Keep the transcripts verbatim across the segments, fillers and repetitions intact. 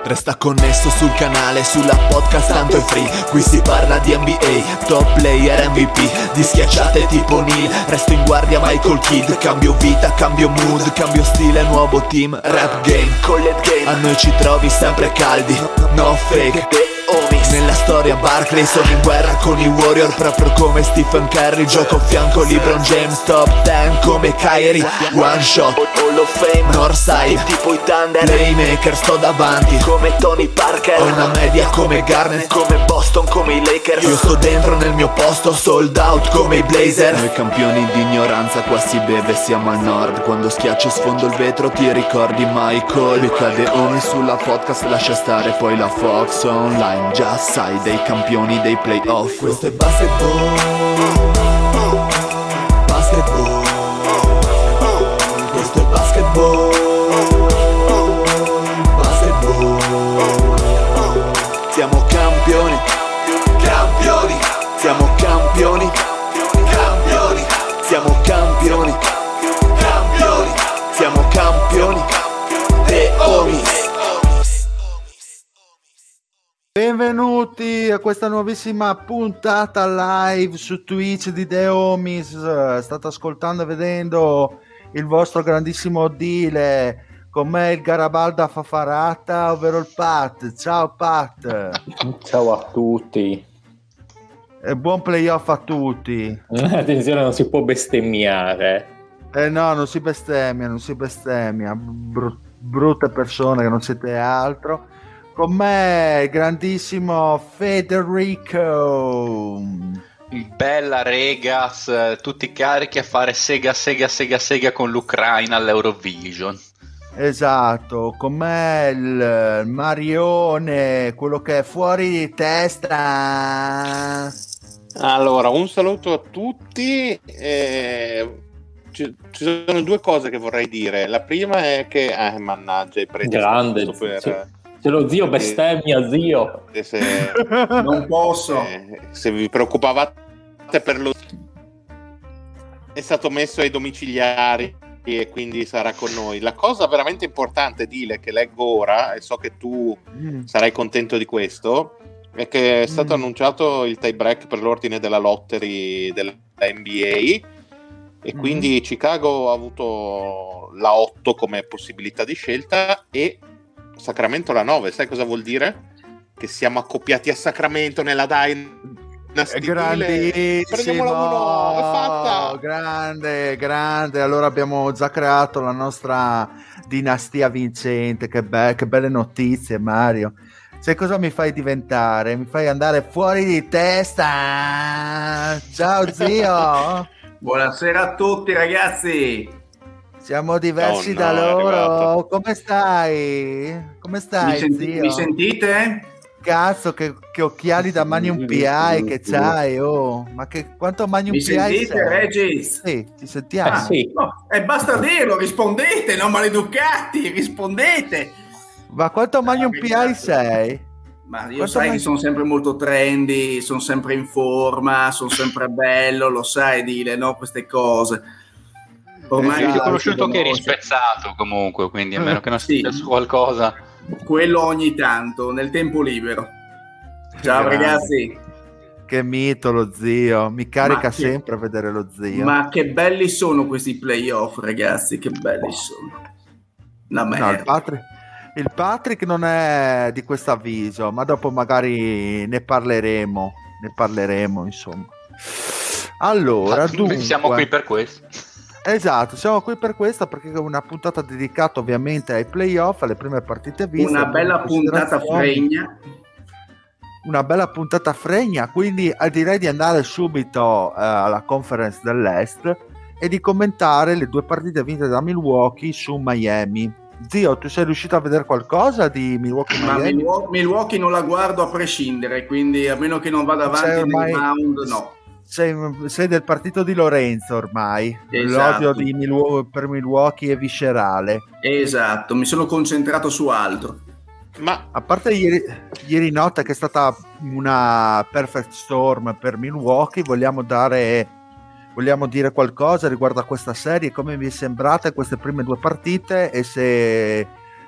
Resta connesso sul canale, sulla podcast tanto è free. Qui si parla di N B A, top player M V P, di schiacciate tipo Neil. Resto in guardia Michael Kidd, cambio vita, cambio mood, cambio stile, nuovo team. Rap game, collet game, a noi ci trovi sempre caldi. No fake, homies. Nella storia Barkley sono in guerra con i Warrior, proprio come Stephen Curry. Gioco a fianco LeBron James, top dieci come Kyrie. One shot, Hall of Fame, Northside, tipo i Thunder. Playmaker, sto davanti come Tony Parker. Ho una media come Garnett, come Boston, come i Lakers. Io sto dentro nel mio posto, sold out come i Blazer. Noi campioni di ignoranza, qua si beve, siamo al nord. Quando schiaccio sfondo il vetro ti ricordi Michael. Mi cade ogni sulla podcast, lascia stare poi la Fox online. Già sai, dei campioni dei playoff. Questo è basketball, basketball. Questo è basketball, basketball. Siamo campioni, campioni. Siamo campioni, campioni. Siamo campioni, campioni. Siamo campioni, The Homies. Benvenuti a questa nuovissima puntata live su Twitch di The Homies. State ascoltando e vedendo il vostro grandissimo Dile. Con me il Garabalda Fafarata, ovvero il Pat. Ciao Pat. Ciao a tutti. E buon playoff a tutti. Attenzione, non si può bestemmiare. Eh no, non si bestemmia, non si bestemmia. Bru- brutte persone che non siete altro. Con me il grandissimo Federico. Bella regas, tutti carichi a fare sega sega sega sega con l'Ucraina all'Eurovision. Esatto, con me il Marione, quello che è fuori di testa. Allora, un saluto a tutti. Eh, ci, ci sono due cose che vorrei dire. La prima è che, eh, mannaggia, i preti grande per... C'è, c'è lo zio bestemmia, zio. Se, non posso. Eh, se vi preoccupavate per lo... è stato messo ai domiciliari e quindi sarà con noi. La cosa veramente importante, Dile, che leggo ora, e so che tu mm. sarai contento di questo, è che è stato mm. annunciato il tie break per l'ordine della lottery della N B A e mm. quindi Chicago ha avuto la otto come possibilità di scelta e Sacramento la nove. Sai cosa vuol dire? Che siamo accoppiati a Sacramento nella Dynasty. Grandissimo, la uno, è fatta. Grande, grande. Allora abbiamo già creato la nostra dinastia vincente. Che, be- che belle notizie, Mario. Sai cosa mi fai diventare? Mi fai andare fuori di testa. Ciao zio. Buonasera a tutti ragazzi. Siamo diversi oh, no, da loro. Come stai? Come stai, mi, senti- zio? mi sentite? Cazzo, che, che occhiali da Magnum P I che c'hai, oh! Ma che quanto Magnum mi P I sentite, sei? Regis? Sì, ci sentiamo. Ah, sì. No, e basta dirlo, rispondete, non maleducati, rispondete. Ma quanto Magnum P I sei? Ma io Quanto sai man- che sono sempre molto trendy, sono sempre in forma, sono sempre bello, lo sai, Dile, no? Queste cose. Ormai ho conosciuto che eri spezzato comunque, quindi a meno che non sia sì. su qualcosa. Quello ogni tanto, nel tempo libero. Ciao Grande. Ragazzi. Che mito lo zio, mi carica Ma che- sempre a vedere lo zio. Ma che belli sono questi playoff, ragazzi, che belli sono. Una No, il, merda. Patrick, il Patrick non è di questo avviso, ma dopo magari ne parleremo, ne parleremo insomma. Allora, dunque, siamo qui per questo. Esatto, siamo qui per questo perché è una puntata dedicata ovviamente ai playoff, alle prime partite viste. Una bella puntata fregna. Una bella puntata fregna, quindi eh, direi di andare subito eh, alla conference dell'Est e di commentare le due partite vinte da Milwaukee su Miami. Zio, tu sei riuscito a vedere qualcosa di Milwaukee Ma Miami? Milwaukee, Milwaukee non la guardo a prescindere, quindi a meno che non vada avanti ormai... nel round, no. Sei, sei del partito di Lorenzo ormai. Esatto. L'odio di Milwaukee, per Milwaukee è viscerale. Esatto, mi sono concentrato su altro. Ma a parte ieri, ieri notte che è stata una perfect storm per Milwaukee, vogliamo dare vogliamo dire qualcosa riguardo a questa serie, come vi è sembrata queste prime due partite e se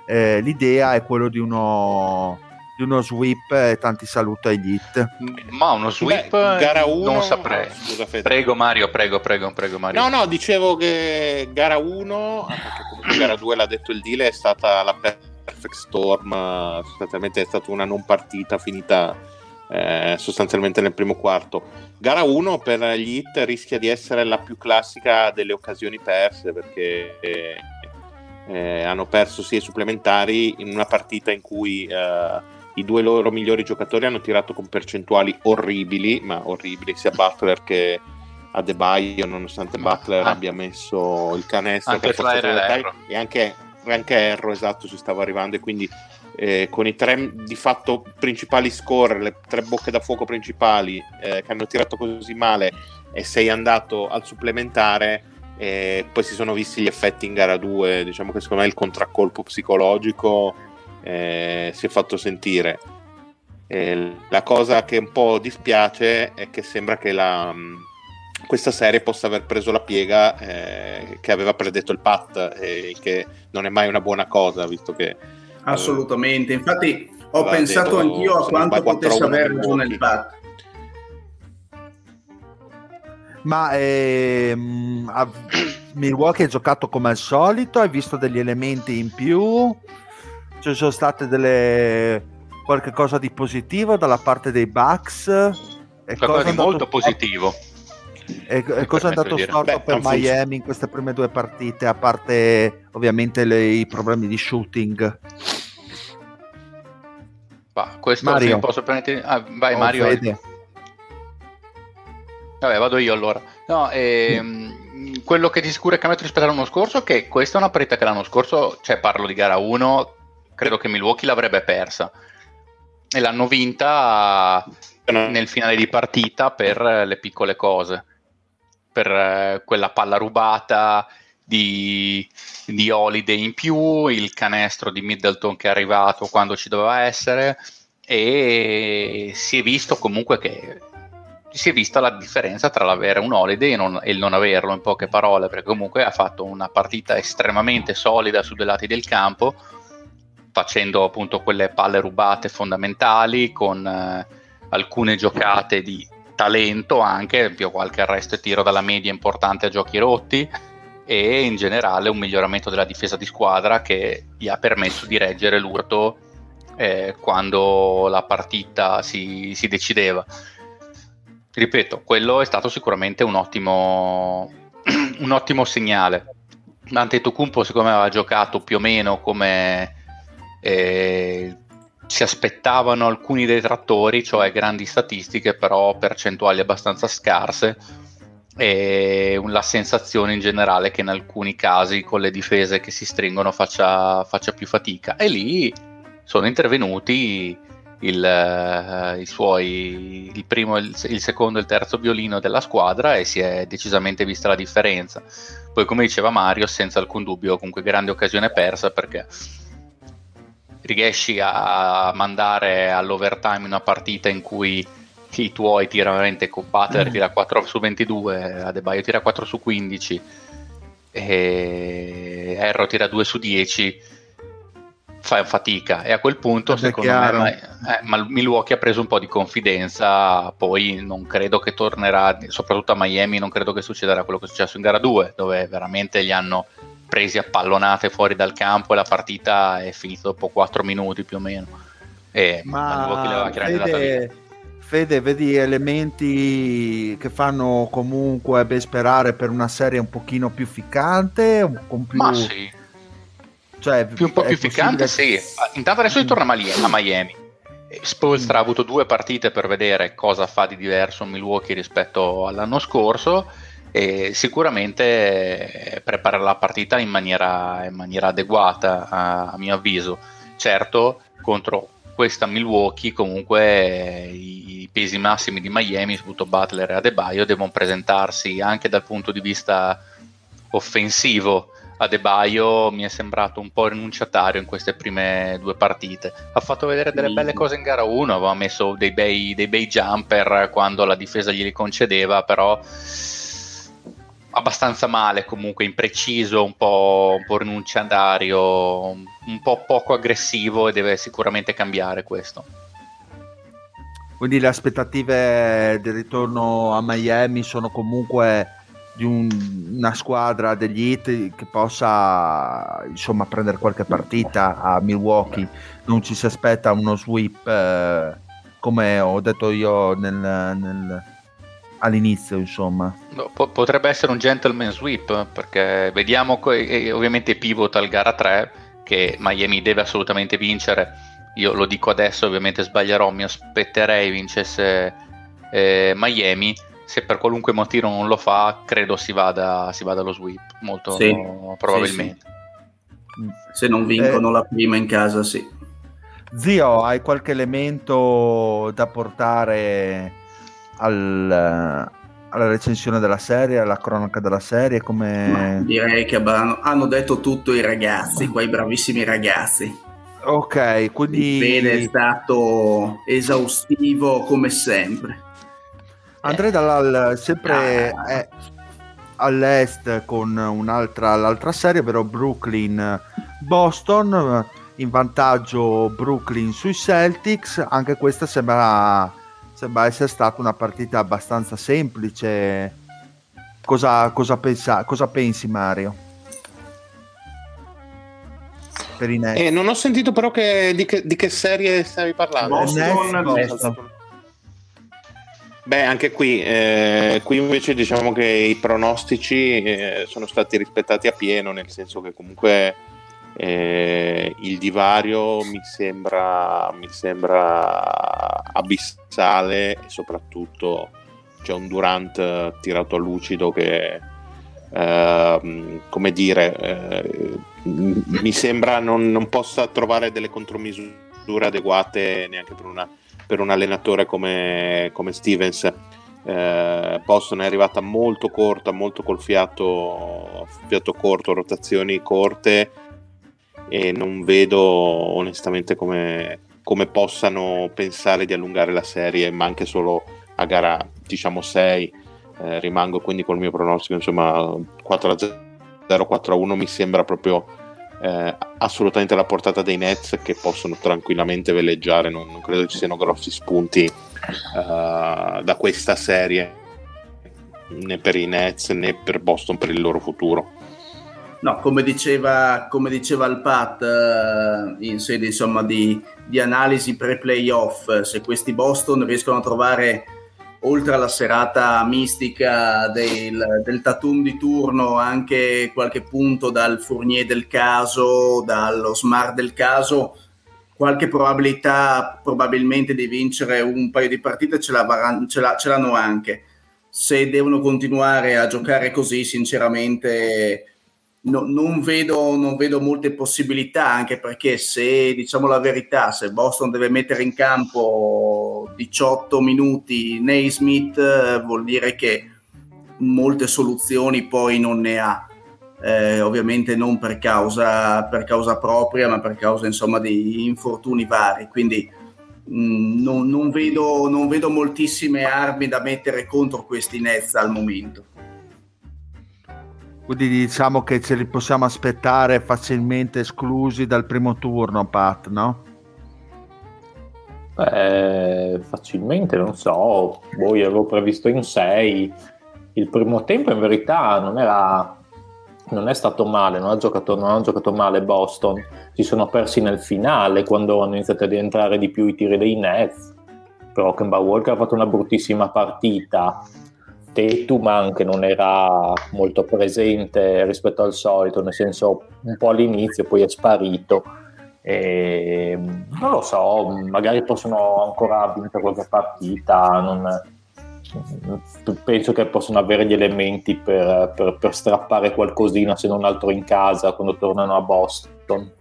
eh, l'idea è quello di uno, di uno sweep, e tanti saluti agli Heat. Ma uno sweep Beh, gara uno, non saprei. Scusa, Fede. Prego Mario, prego, prego, prego Mario. No, no, dicevo che gara uno, perché comunque gara due l'ha detto il Dile, è stata la perfect storm, sostanzialmente è stata una non partita finita eh, sostanzialmente nel primo quarto. Gara uno per gli Heat rischia di essere la più classica delle occasioni perse, perché eh, eh, hanno perso sia i supplementari in una partita in cui eh, i due loro migliori giocatori hanno tirato con percentuali orribili, ma orribili, sia Butler che Adebayo, nonostante ma, Butler ah, abbia messo il canestro per forza delle e anche, anche Erro, esatto, ci stava arrivando, e quindi eh, con i tre di fatto principali scorer, le tre bocche da fuoco principali eh, che hanno tirato così male, e sei andato al supplementare, e poi si sono visti gli effetti in gara due. Diciamo che secondo me il contraccolpo psicologico eh, si è fatto sentire. Eh, la cosa che un po' dispiace è che sembra che la, questa serie possa aver preso la piega eh, che aveva predetto il Pat, e che non è mai una buona cosa, visto che assolutamente, infatti ho pensato detto, anch'io a quanto potesse aver ragione il Pat. Ma ehm, a Milwaukee ha giocato come al solito? Hai visto degli elementi in più? Ci sono state delle qualche cosa di positivo dalla parte dei Bucks? E qualcosa di molto storto? positivo. E, e cosa è andato storto Beh, per Miami funzione. in queste prime due partite, a parte ovviamente le, i problemi di shooting? Bah, questo Mario. Posso prendere... ah, vai oh, Mario. Fede. Vabbè, vado io allora. No, ehm, quello che di sicuro è cambiato rispetto all'anno scorso è che questa è una partita che l'anno scorso, cioè parlo di gara uno, credo che Milwaukee l'avrebbe persa, e l'hanno vinta nel finale di partita per le piccole cose, per quella palla rubata di, di Holiday in più, il canestro di Middleton che è arrivato quando ci doveva essere, e si è visto comunque che si è vista la differenza tra l'avere un Holiday e, non, e il non averlo, in poche parole, perché comunque ha fatto una partita estremamente solida su due lati del campo, facendo appunto quelle palle rubate fondamentali, con eh, alcune giocate di talento anche, più qualche arresto e tiro dalla media importante a giochi rotti, e in generale un miglioramento della difesa di squadra che gli ha permesso di reggere l'urto eh, quando la partita si, si decideva. Ripeto, quello è stato sicuramente un ottimo un ottimo segnale. Antetokounmpo secondo me aveva giocato più o meno come eh, si aspettavano alcuni detrattori, cioè grandi statistiche però percentuali abbastanza scarse, e la sensazione in generale che in alcuni casi con le difese che si stringono faccia, faccia più fatica, e lì sono intervenuti Il, uh, i suoi il primo, il, il secondo e il terzo violino della squadra, e si è decisamente vista la differenza. Poi, come diceva Mario, senza alcun dubbio comunque grande occasione persa, perché riesci a mandare all'overtime una partita in cui i tuoi tira veramente con Butler mm. tira quattro su ventidue, Adebayo tira quattro su quindici e Erro tira due su dieci, fai fatica, e a quel punto secondo me eh, ma Milwaukee ha preso un po' di confidenza. Poi non credo che tornerà, soprattutto a Miami non credo che succederà quello che è successo in gara due, dove veramente li hanno presi a pallonate fuori dal campo e la partita è finita dopo quattro minuti più o meno, e ma Milwaukee Fede, Fede, vedi elementi che fanno comunque ben sperare per una serie un pochino più ficcante, con più... ma sì, cioè, più un po' più ficcante, sì. Intanto adesso ritorna a Miami. Spoelstra ha avuto due partite per vedere cosa fa di diverso Milwaukee rispetto all'anno scorso, e sicuramente prepara la partita in maniera, in maniera adeguata, a, a mio avviso. Certo, contro questa Milwaukee comunque i, i pesi massimi di Miami, soprattutto Butler e Adebayo, devono presentarsi anche dal punto di vista offensivo. Adebayo mi è sembrato un po' rinunciatario in queste prime due partite. Ha fatto vedere delle belle cose in gara uno, aveva messo dei bei, dei bei jumper quando la difesa glieli concedeva, però abbastanza male, comunque impreciso, un po', un po' rinunciatario, un po' poco aggressivo, e deve sicuramente cambiare questo. Quindi le aspettative del ritorno a Miami sono comunque di un, una squadra degli Heat che possa insomma prendere qualche partita a Milwaukee. Non ci si aspetta uno sweep eh, come ho detto io nel, nel, all'inizio, insomma. P- potrebbe essere un gentleman sweep, perché vediamo co- e ovviamente pivotal gara tre che Miami deve assolutamente vincere. Io lo dico adesso, ovviamente sbaglierò, mi aspetterei vincesse eh, Miami. Se per qualunque motivo non lo fa, credo si vada, si vada allo sweep, molto sì, probabilmente. Sì, sì. Se non vincono eh, la prima in casa, sì. Zio, hai qualche elemento da portare al, alla recensione della serie, alla cronaca della serie? Come... Ma direi che hanno, hanno detto tutto i ragazzi, quei bravissimi ragazzi. Ok, quindi il Fede è stato esaustivo come sempre. Andrei dal, sempre ah. eh, all'est con un'altra l'altra serie, ovvero Brooklyn Boston, in vantaggio Brooklyn sui Celtics. Anche questa sembra, sembra essere stata una partita abbastanza semplice. Cosa, cosa, pensa, cosa pensi, Mario? Per i Nets. Eh, non ho sentito però che, di, che, di che serie stavi parlando. Boston, Boston. Beh, anche qui, eh, qui invece diciamo che i pronostici eh, sono stati rispettati a pieno, nel senso che comunque eh, il divario mi sembra, mi sembra abissale, e soprattutto c'è un Durant tirato a lucido che eh, come dire eh, mi sembra non, non possa trovare delle contromisure adeguate neanche per una per un allenatore come, come Stevens. eh, Boston è arrivata molto corta, molto col fiato, fiato corto, rotazioni corte, e non vedo onestamente come, come possano pensare di allungare la serie, ma anche solo a gara diciamo sei. Eh, rimango quindi col mio pronostico, insomma quattro a zero, quattro a uno mi sembra proprio Eh, assolutamente alla portata dei Nets, che possono tranquillamente veleggiare. Non, non credo ci siano grossi spunti uh, da questa serie, né per i Nets né per Boston per il loro futuro. No, come diceva, come diceva il Pat uh, in sede insomma di, di analisi pre-playoff, se questi Boston riescono a trovare, oltre alla serata mistica del, del Tatum di turno, anche qualche punto dal Fournier del caso, dallo Smart del caso, qualche probabilità probabilmente di vincere un paio di partite ce, la, ce, la, ce l'hanno anche. Se devono continuare a giocare così, sinceramente no, non, vedo, non vedo molte possibilità, anche perché, se diciamo la verità, se Boston deve mettere in campo diciotto minuti Naismith, vuol dire che molte soluzioni poi non ne ha, eh, ovviamente non per causa, per causa propria, ma per causa insomma di infortuni vari, quindi mh, non, non, vedo, non vedo moltissime armi da mettere contro questi Nets al momento. Quindi diciamo che ce li possiamo aspettare facilmente esclusi dal primo turno, Pat, no? Eh, facilmente, non so, voi avevo previsto in sei. Il primo tempo in verità non era non è stato male, non ha giocato, non ha giocato male Boston. Si sono persi nel finale quando hanno iniziato ad entrare di più i tiri dei Nets, però Kemba Walker ha fatto una bruttissima partita. Tatum anche non era molto presente rispetto al solito, nel senso un po' all'inizio, poi è sparito. E non lo so, magari possono ancora vincere qualche partita, non, penso che possono avere gli elementi per, per, per strappare qualcosina, se non altro in casa, quando tornano a Boston.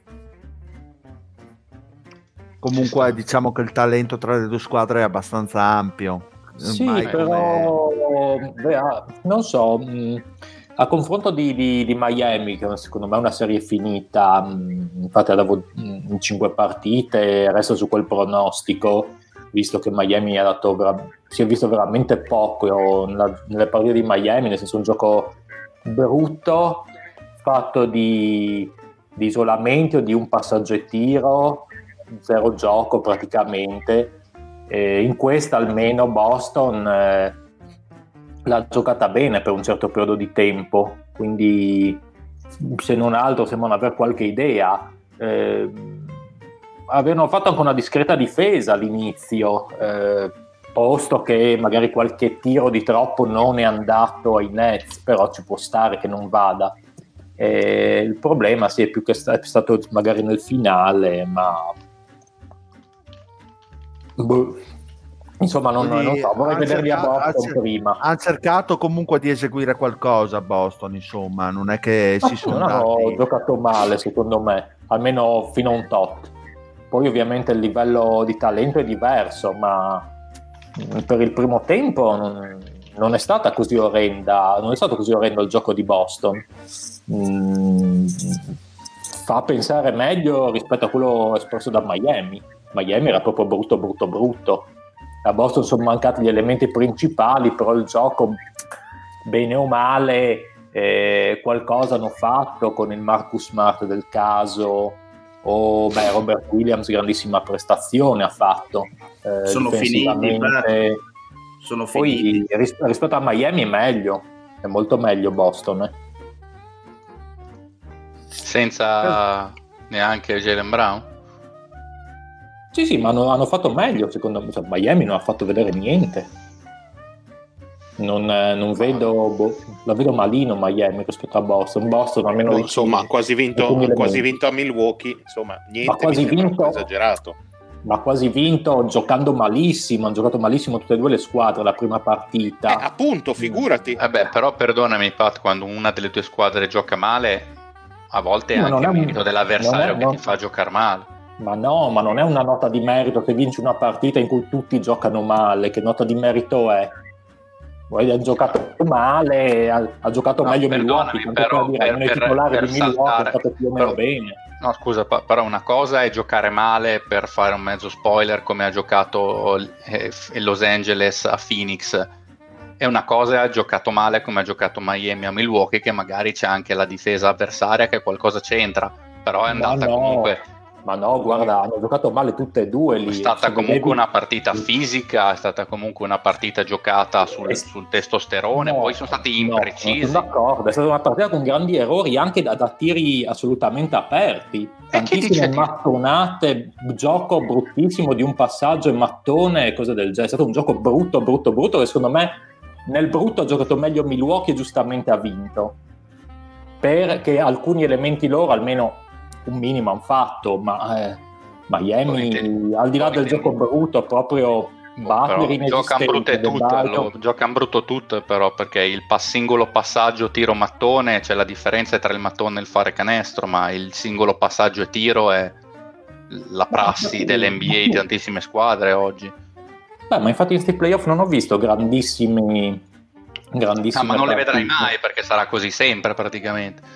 Comunque diciamo che il talento tra le due squadre è abbastanza ampio. Sì, Ormai però come... non so, mh, a confronto di, di, di Miami, che secondo me è una serie finita, mh, infatti avevo mh, cinque partite, resta su quel pronostico, visto che Miami ha dato vera- si è visto veramente poco nella, nelle partite di Miami, nel senso un gioco brutto, fatto di, di isolamenti o di un passaggio e tiro, zero gioco praticamente. E in questa almeno Boston eh, l'ha giocata bene per un certo periodo di tempo, quindi se non altro sembrano aver qualche idea. Eh, avevano fatto anche una discreta difesa all'inizio, eh, posto che magari qualche tiro di troppo non è andato ai Nets, però ci può stare che non vada. Eh, il problema sì, è più che sta- è stato magari nel finale, ma boh. Insomma non, non so, vorrei vederli a Boston ha, prima. Ha cercato comunque di eseguire qualcosa a Boston, insomma, non è che Ma si sono non hanno dati... giocato male secondo me, almeno fino a un tot. Poi ovviamente il livello di talento è diverso, ma per il primo tempo non, non è stata così orrenda, non è stato così orrendo il gioco di Boston. Mm, fa pensare meglio rispetto a quello espresso da Miami. Miami era proprio brutto brutto brutto. A Boston sono mancati gli elementi principali, però il gioco, bene o male, eh, qualcosa hanno fatto con il Marcus Smart del caso, o beh, Robert Williams, grandissima prestazione ha fatto. Eh, sono finiti, sono poi finiti. Ris- rispetto a Miami è meglio, è molto meglio Boston. Eh. Senza neanche Jaylen Brown? Sì, sì, ma hanno, hanno fatto meglio, secondo me. Cioè, Miami non ha fatto vedere niente. Non, non vedo, boh, la vedo malino Miami rispetto a Boston. Boston almeno no, insomma, ha quasi vinto, quasi vinto a Milwaukee, insomma, niente, ma quasi mi vinto, esagerato. Ma quasi vinto giocando malissimo, hanno giocato malissimo tutte e due le squadre la prima partita. Eh, appunto, figurati. Vabbè, eh però perdonami Pat, quando una delle due squadre gioca male, a volte è ma anche non è un, merito dell'avversario è, che non, ti fa giocare male. Ma no, ma non è una nota di merito che vinci una partita in cui tutti giocano male. Che nota di merito è? Ha giocato male, ha, ha giocato no, meglio Milwaukee, però, per dire, per, i titolari per di Milwaukee è stato più o meno però, bene. No, scusa, però una cosa è giocare male, per fare un mezzo spoiler, come ha giocato eh, Los Angeles a Phoenix, e una cosa è giocato male come ha giocato Miami a Milwaukee, che magari c'è anche la difesa avversaria che qualcosa c'entra, però è andata no. comunque... Ma no, guarda, hanno giocato male tutte e due lì. È stata Se comunque vedevi... una partita fisica, è stata comunque una partita giocata sul, sul testosterone, no, poi sono stati imprecisi. No, sono d'accordo, è stata una partita con grandi errori, anche da, da tiri assolutamente aperti. Tantissime mattonate, gioco bruttissimo di un passaggio e mattone e cose del genere. È stato un gioco brutto, brutto, brutto, che secondo me nel brutto ha giocato meglio Milwaukee e giustamente ha vinto. Perché alcuni elementi loro, almeno un minimo hanno fatto, ma eh, Miami te, al di là del te... gioco brutto proprio Butler giocano brutte tutte, lo, giocano brutto tutte però, perché il pass, singolo passaggio tiro mattone, c'è la differenza tra il mattone e il fare canestro, ma il singolo passaggio e tiro è la prassi dell'N B A di tantissime squadre oggi. Beh, ma infatti in questi playoff non ho visto grandissimi grandissime ah, ma non partite. Le vedrai mai, perché sarà così sempre praticamente.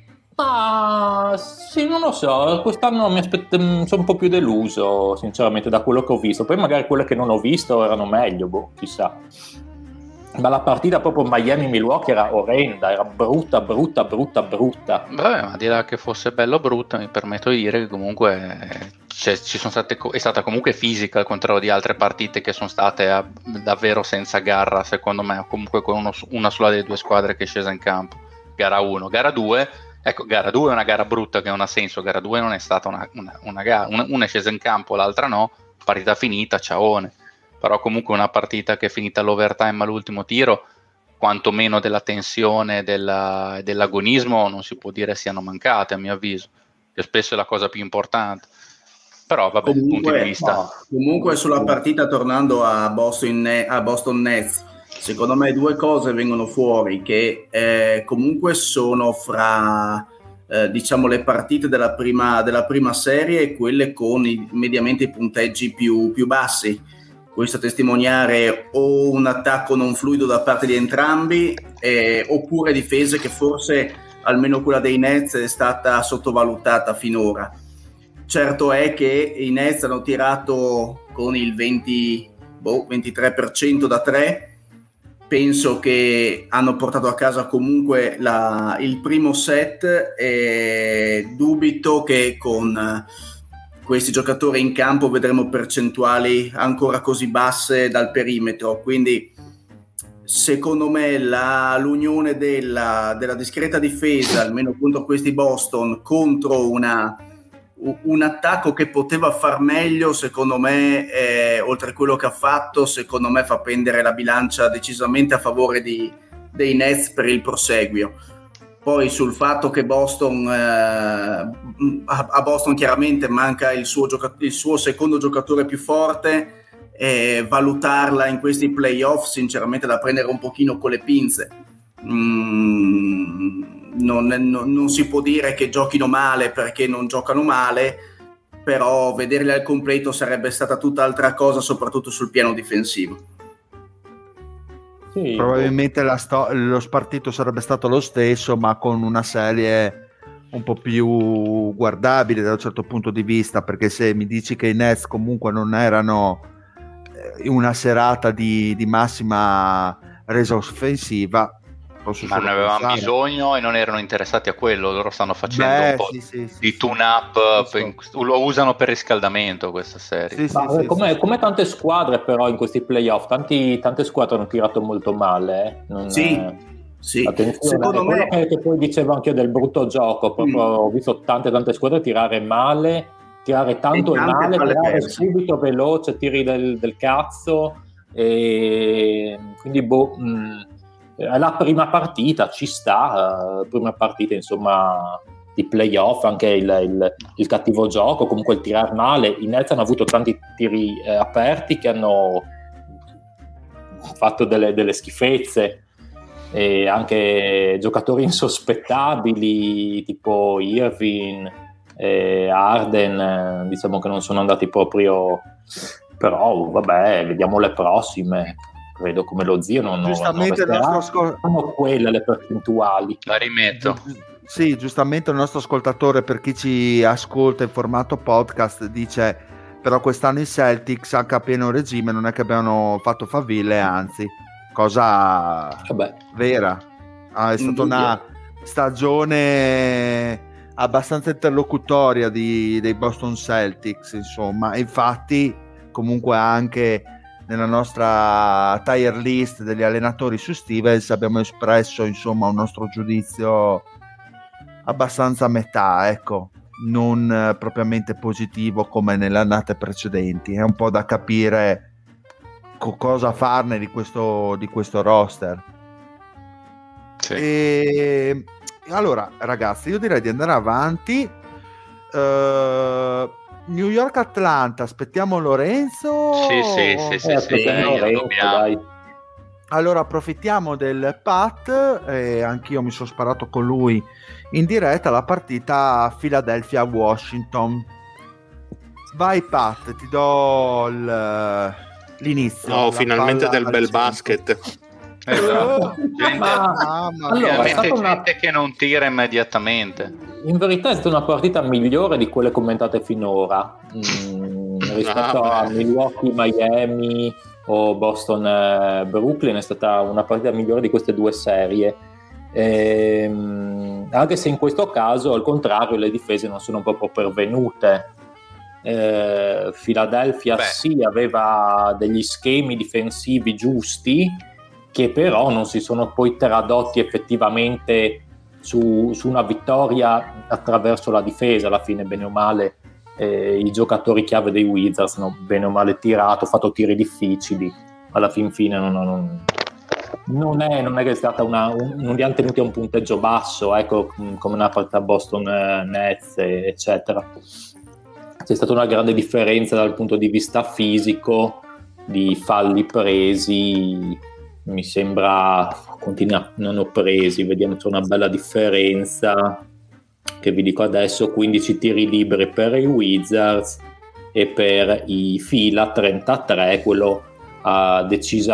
Ma sì, non lo so, quest'anno mi aspetto, sono un po' più deluso sinceramente da quello che ho visto, poi magari quelle che non ho visto erano meglio, boh, chissà. Ma la partita proprio Miami-Milwaukee era orrenda, era brutta, brutta, brutta, brutta. Vabbè, ma di là che fosse bello o brutta, mi permetto di dire che comunque cioè, ci sono state, è stata comunque fisica, al contrario di altre partite che sono state a, davvero senza garra, secondo me, o comunque con uno, una sola delle due squadre che è scesa in campo. Gara uno, gara due... Ecco, gara due è una gara brutta che non ha senso, gara due non è stata una, una, una gara, una, una è scesa in campo, l'altra no, partita finita, ciaone. Però comunque una partita che è finita all'overtime all'ultimo tiro, quantomeno della tensione e della, dell'agonismo non si può dire siano mancate, a mio avviso, che spesso è la cosa più importante. Però vabbè, comunque, punti di vista. No, comunque sulla partita, tornando a Boston, a Boston Nets, secondo me due cose vengono fuori che eh, comunque sono fra eh, diciamo le partite della prima, della prima serie e quelle con i, mediamente i punteggi più, più bassi. Questo a testimoniare o un attacco non fluido da parte di entrambi eh, oppure difese che forse almeno quella dei Nets è stata sottovalutata finora. certo è che i Nets hanno tirato con il venti, boh, ventitré per cento da tre. Penso che hanno portato a casa comunque la, il primo set e dubito che con questi giocatori in campo vedremo percentuali ancora così basse dal perimetro, quindi secondo me la, l'unione della, della discreta difesa, almeno contro questi Boston, contro una un attacco che poteva far meglio, secondo me, eh, oltre a quello che ha fatto, secondo me fa pendere la bilancia decisamente a favore di, dei Nets per il proseguio. Poi sul fatto che Boston eh, a Boston chiaramente manca il suo, gioca- il suo secondo giocatore più forte, eh, valutarla in questi playoff sinceramente da prendere un pochino con le pinze. Mm, Non, non, non si può dire che giochino male perché non giocano male, però vederli al completo sarebbe stata tutt'altra cosa, soprattutto sul piano difensivo. Sì, probabilmente la sto- lo spartito sarebbe stato lo stesso, ma con una serie un po' più guardabile da un certo punto di vista, perché se mi dici che i Nets comunque non erano in una serata di, di massima resa offensiva, ma ne avevano pensare. bisogno e non erano interessati a quello. Loro stanno facendo Beh, un po' sì, sì, di sì, tune-up, sì. So. Lo usano per riscaldamento questa serie. Sì, ma sì, come, sì. come tante squadre però in questi playoff, tanti, tante squadre hanno tirato molto male. Eh? Non, sì, eh, sì. Attenzione, secondo me che, che poi dicevo anche io del brutto gioco, proprio mm. ho visto tante tante squadre tirare male, tirare tanto e, e male, tirare perse. subito veloce, tiri del, del cazzo, e quindi boh... Mh, la prima partita ci sta, uh, prima partita insomma di playoff, anche il, il, il cattivo gioco, comunque il tirar male. I Nets hanno avuto tanti tiri eh, aperti che hanno fatto delle, delle schifezze, e anche giocatori insospettabili tipo Irving e Harden, eh, diciamo che non sono andati proprio, però vabbè, vediamo le prossime. Credo come lo zio non, giustamente non il nostro scol- sono quelle le percentuali. La rimetto. Gi- sì, giustamente il nostro ascoltatore, per chi ci ascolta in formato podcast, dice però quest'anno i Celtics anche a pieno regime non è che abbiano fatto faville, anzi cosa Vabbè. vera, ah, è stata una stagione abbastanza interlocutoria di, dei Boston Celtics, insomma. Infatti comunque anche nella nostra tier list degli allenatori su Stevens abbiamo espresso insomma un nostro giudizio abbastanza a metà, ecco, non eh, propriamente positivo come nelle annate precedenti. È un po' da capire co- cosa farne di questo, di questo roster. Sì. E allora ragazzi, io direi di andare avanti. uh, New York Atlanta, aspettiamo Lorenzo. Sì, sì, sì, sì, eh, sì, sì Lorenzo, dai. Allora approfittiamo del Pat, e anch'io mi sono sparato con lui in diretta la partita Philadelphia-Washington. Vai Pat, ti do il, l'inizio. Oh, finalmente del bel centro. Basket. Esatto. Gente, ah, allora, è stata una... gente che non tira immediatamente. In verità è stata una partita migliore di quelle commentate finora, mm, rispetto ah, a Milwaukee, Miami o Boston, eh, Brooklyn. È stata una partita migliore di queste due serie, ehm, anche se in questo caso al contrario le difese non sono proprio pervenute. eh, Philadelphia Beh. sì aveva degli schemi difensivi giusti che però non si sono poi tradotti effettivamente Su, su una vittoria attraverso la difesa. Alla fine bene o male eh, i giocatori chiave dei Wizards hanno bene o male tirato, fatto tiri difficili, alla fin fine non, non, non, è, non è che è stata una, un, non li hanno tenuti a un punteggio basso, ecco, come una partita Boston eh, Nets eccetera. C'è stata una grande differenza dal punto di vista fisico, di falli presi, mi sembra continua, non ho presi, vediamo, c'è una bella differenza che vi dico adesso: quindici tiri liberi per i Wizards e per i Fila trentatré. Quello ha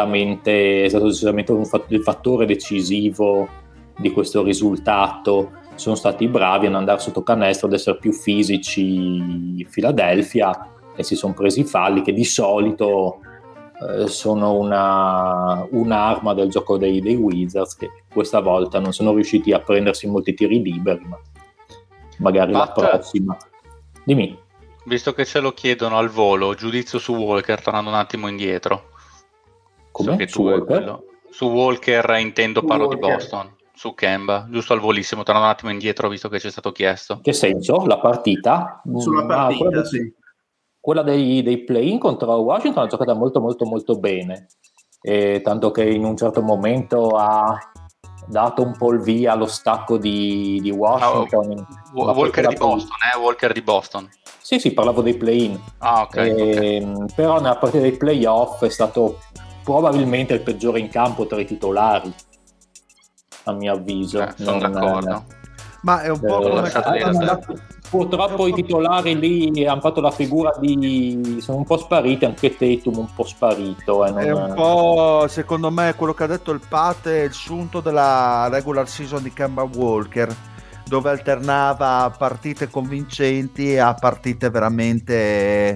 decisamente, è stato decisamente un fatt- il fattore decisivo di questo risultato. sono stati bravi a non andare sotto canestro, ad essere più fisici Philadelphia, e si sono presi i falli che di solito eh, sono una, un'arma del gioco dei, dei Wizards, che questa volta non sono riusciti a prendersi molti tiri liberi, ma magari Pat, la prossima. Dimmi. Visto che ce lo chiedono al volo, giudizio su Walker, tornando un attimo indietro. Come? So che Su tu è Walker? quello. Su Walker intendo, Su parlo Walker. di Boston. Su Kemba, giusto al volissimo, tornando un attimo indietro visto che ci è stato chiesto. Che senso? La partita? Sulla Mm, partita, ah, quella, sì. dei, quella dei, dei play-in contro Washington ha giocato molto molto molto bene, e tanto che in un certo momento ha dato un po' il via allo stacco di, di Washington. Wa- Ma poi Walker di quella- Boston, eh? Walker di Boston. Sì, sì, parlavo dei play-in. Ah, ok. Ehm, ok. Però nella partita dei playoff è stato probabilmente il peggiore in campo tra i titolari, a mio avviso. Eh, sono Non- d'accordo. Ma è un po' Eh, come lasciato dire hanno te. dato- purtroppo i titolari lì hanno fatto la figura di sono un po' spariti, anche Tatum un po' sparito, eh, non- è un po', secondo me, quello che ha detto il Pat è il sunto della regular season di Kemba Walker, dove alternava partite convincenti a partite veramente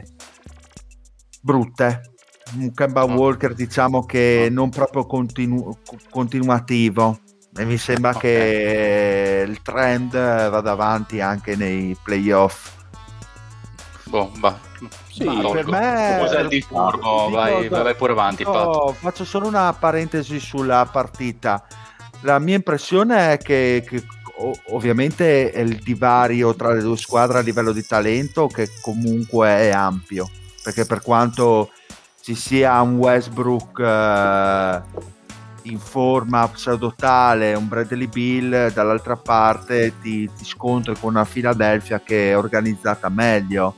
brutte. Un Kemba Oh. Walker, diciamo che Oh. non proprio continu- continuativo, e mi sembra Ok. che il trend vada avanti anche nei playoff. Boh, va. Sì, Ma Tolgo. per me- Scusa il disturbo, Dico- vai, vai, vai pure avanti, dico- Pat. faccio solo una parentesi sulla partita. La mia impressione è che, che o- ovviamente è il divario tra le due squadre a livello di talento, che comunque è ampio, perché per quanto ci sia un Westbrook eh, in forma pseudotale, un Bradley Beal, dall'altra parte ti, ti scontri con una Philadelphia che è organizzata meglio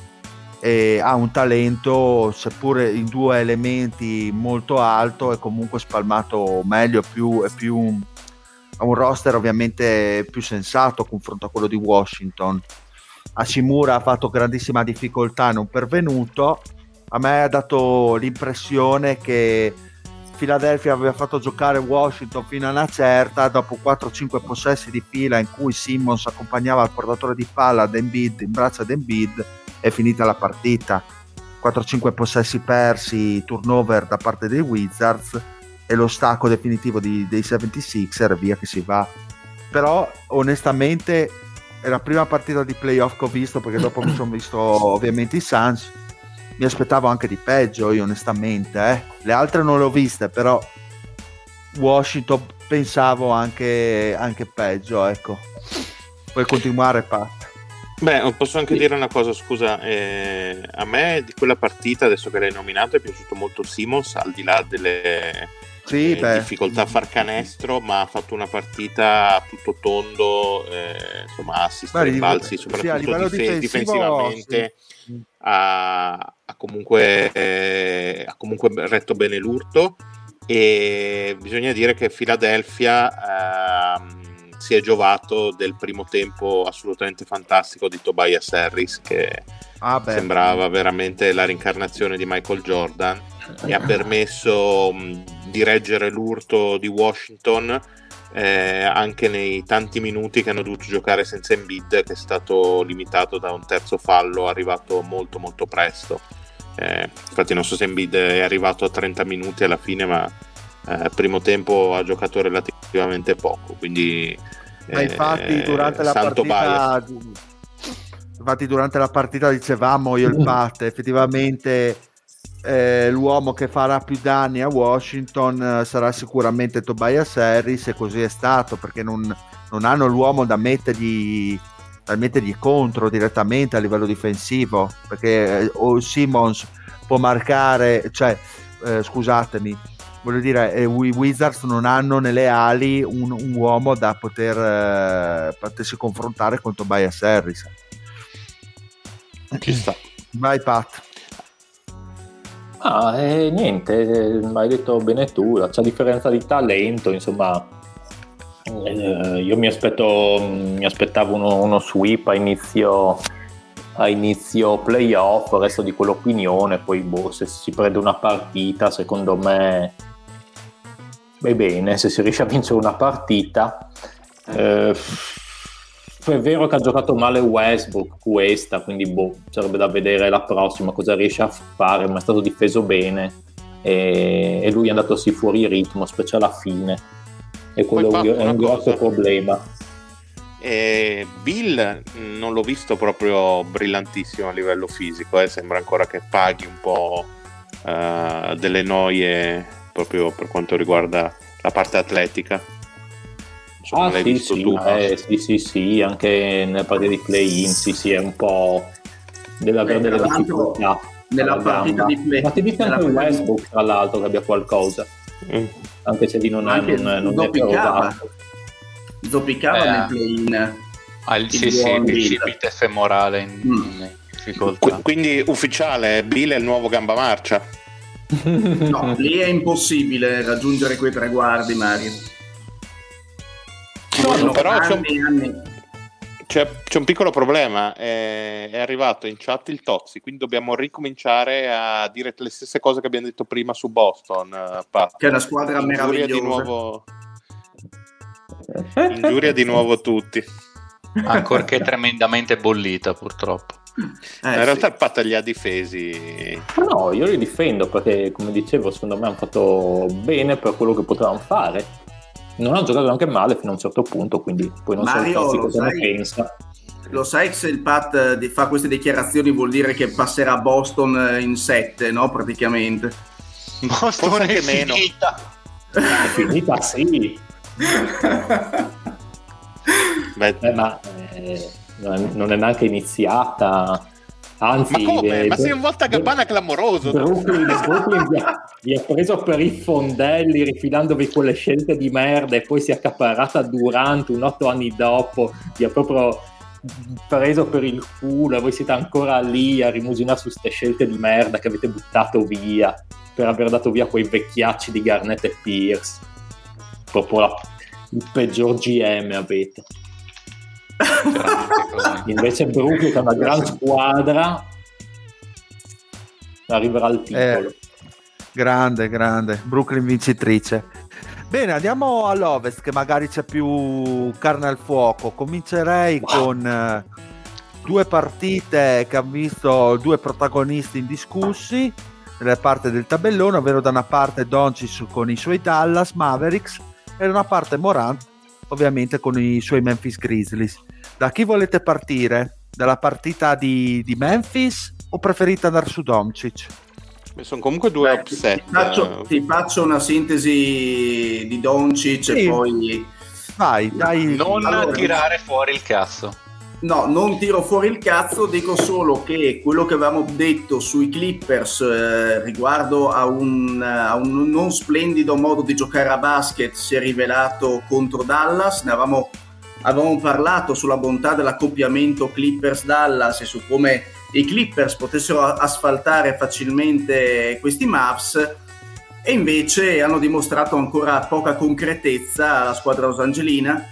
e ha un talento, seppure in due elementi, molto alto, e comunque spalmato meglio, più, è più un, ha un roster ovviamente più sensato a confronto a quello di Washington. Hachimura ha fatto grandissima difficoltà, non pervenuto. A me ha dato l'impressione che Philadelphia aveva fatto giocare Washington fino a una certa, dopo quattro cinque possessi di fila in cui Simmons accompagnava il portatore di palla ad Embiid, in braccio ad Embiid, è finita la partita. quattro cinque possessi persi, turnover da parte dei Wizards e lo stacco definitivo di, dei settantasei er, via che si va. Però onestamente è la prima partita di playoff che ho visto, perché dopo mi sono visto ovviamente i Suns. Mi aspettavo anche di peggio, io onestamente, eh. Le altre non le ho viste, però Washington pensavo anche, anche peggio, ecco. Puoi continuare, Pat. Beh, posso anche dire una cosa, scusa, eh, a me di quella partita, adesso che l'hai nominato, è piaciuto molto Simmons, al di là delle Sì, eh, beh. difficoltà a far canestro, ma ha fatto una partita a tutto tondo, eh, insomma assist, Beh, rimbalzi, sì, a soprattutto livello dife- difensivo, difensivamente sì. ha, ha comunque, eh, ha comunque retto bene l'urto, e bisogna dire che Philadelphia ehm, si è giovato del primo tempo assolutamente fantastico di Tobias Harris, che Ah, beh. sembrava veramente la rincarnazione di Michael Jordan, e ha permesso mh, di reggere l'urto di Washington eh, anche nei tanti minuti che hanno dovuto giocare senza Embiid, che è stato limitato da un terzo fallo arrivato molto molto presto. Eh, infatti non so se Embiid è arrivato a trenta minuti alla fine, ma eh, primo tempo ha giocato relativamente poco, quindi Ma infatti durante la Santo partita infatti durante la partita dicevamo io e il Pat, effettivamente eh, l'uomo che farà più danni a Washington eh, sarà sicuramente Tobias Harris, e così è stato, perché non, non hanno l'uomo da mettergli da mettergli contro direttamente a livello difensivo, perché eh, o Simmons può marcare, cioè eh, scusatemi, voglio dire, eh, i Wizards non hanno nelle ali un, un uomo da poter eh, potersi confrontare con Tobias Harris. ci sta. Vai, Pat. Ah, eh, niente, eh, hai detto bene tu, c'è differenza di talento, insomma. Eh, io mi aspetto mi aspettavo uno, uno sweep a inizio a inizio playoff, resto di quell'opinione. Poi boh, se si prende una partita, secondo me è bene, se si riesce a vincere una partita. Eh, è vero che ha giocato male Westbrook questa, quindi boh, sarebbe da vedere la prossima cosa riesce a fare, ma è stato difeso bene e, e lui è andato sì fuori ritmo, specie alla fine, e quello Poi, è un grosso cosa. problema. E Bill non l'ho visto proprio brillantissimo a livello fisico, eh. Sembra ancora che paghi un po' uh, delle noie proprio per quanto riguarda la parte atletica. Insomma, Ah l'hai sì visto sì, tu? eh, sì sì sì, anche nelle partite di play-in sì sì, è un po' deve avere Eh, delle tra l'altro, difficoltà nella alla partita gamba. di play- Ma ti dice nella anche partita di- Westbrook tra l'altro che abbia qualcosa, Mm. anche se lì non, è, Anche non, è- non è zoppicava. provato. Zoppicava Eh. nel play-in. Ah, il, Il sì, sì, buon il Bill. bicipite femorale in, Mm. in difficoltà. Qu- quindi ufficiale, Bill è il nuovo gamba marcia. No, lì è impossibile raggiungere quei traguardi, Mario. Ci No, vogliono però c'è un- anni e anni. C'è, c'è un piccolo problema, è, è arrivato in chat il Tozzi, quindi dobbiamo ricominciare a dire le stesse cose che abbiamo detto prima su Boston. eh, Pat. Che è una squadra Ingiuria meravigliosa. di nuovo, ingiuria di nuovo tutti. Ancorché tremendamente bollita, purtroppo. Eh, in sì. realtà il Pat li ha difesi. Ma no, io li difendo perché, come dicevo, secondo me hanno fatto bene per quello che potevano fare. Non hanno giocato anche male fino a un certo punto, quindi poi non Mario, so il Tozzi lo cosa ne sai? pensa. Lo sai che se il Pat di- fa queste dichiarazioni vuol dire che passerà Boston eh, in sette, no? Praticamente. Boston Forse è anche meno. finita. È finita, sì. Beh, Eh, ma eh, non è- non è neanche iniziata. Anzi, ma come? eh, Ma sei un volta Gabbana clamoroso. Brooklyn, Brooklyn vi, ha, vi ha preso per i fondelli rifilandovi quelle scelte di merda e poi si è accaparrata Durant un otto anni dopo, vi ha proprio preso per il culo e voi siete ancora lì a rimuginare su queste scelte di merda che avete buttato via per aver dato via quei vecchiacci di Garnett e Pierce. Proprio la, il peggior G M avete. Veramente così. Invece Brooklyn che è una gran squadra arriverà al titolo. Eh, grande, grande. Brooklyn vincitrice. Bene, andiamo all'Ovest che magari c'è più carne al fuoco. Comincerei con eh, due partite che hanno visto due protagonisti indiscussi nella parte del tabellone, ovvero da una parte Doncic con i suoi Dallas Mavericks e da una parte Morant ovviamente con i suoi Memphis Grizzlies. Da chi volete partire? Dalla partita di, di Memphis o preferite andare su Doncic? Sono comunque due Beh, upset. Ti faccio, ti faccio una sintesi di Doncic Sì. e poi... Vai, dai. Non Allora, tirare fuori il cazzo. No, non tiro fuori il cazzo, dico solo che quello che avevamo detto sui Clippers eh, riguardo a un, a un non splendido modo di giocare a basket si è rivelato contro Dallas. Ne avevamo, avevamo parlato sulla bontà dell'accoppiamento Clippers-Dallas e su come i Clippers potessero asfaltare facilmente questi Mavs, e invece hanno dimostrato ancora poca concretezza la squadra rosangelina,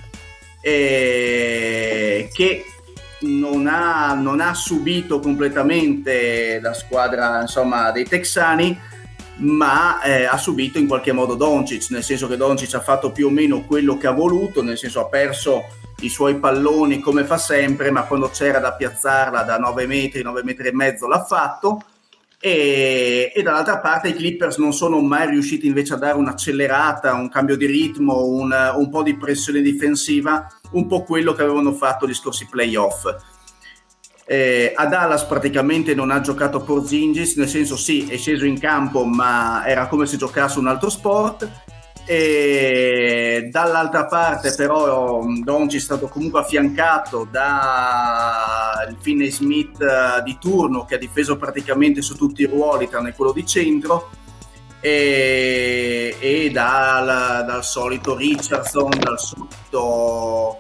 eh, che non ha, non ha subito completamente la squadra, insomma, dei texani, ma eh, ha subito in qualche modo Doncic, nel senso che Doncic ha fatto più o meno quello che ha voluto, nel senso ha perso i suoi palloni come fa sempre, ma quando c'era da piazzarla da nove metri, nove metri e mezzo l'ha fatto. E, e dall'altra parte i Clippers non sono mai riusciti invece a dare un'accelerata, un cambio di ritmo, un, un po' di pressione difensiva, un po' quello che avevano fatto gli scorsi playoff. Eh, a Dallas praticamente non ha giocato Porzingis, nel senso sì, è sceso in campo, ma era come se giocasse un altro sport. E dall'altra parte però Doncic è stato comunque affiancato da il Finney Smith uh, di turno, che ha difeso praticamente su tutti i ruoli tranne quello di centro, e, e dal, dal solito Richardson, dal solito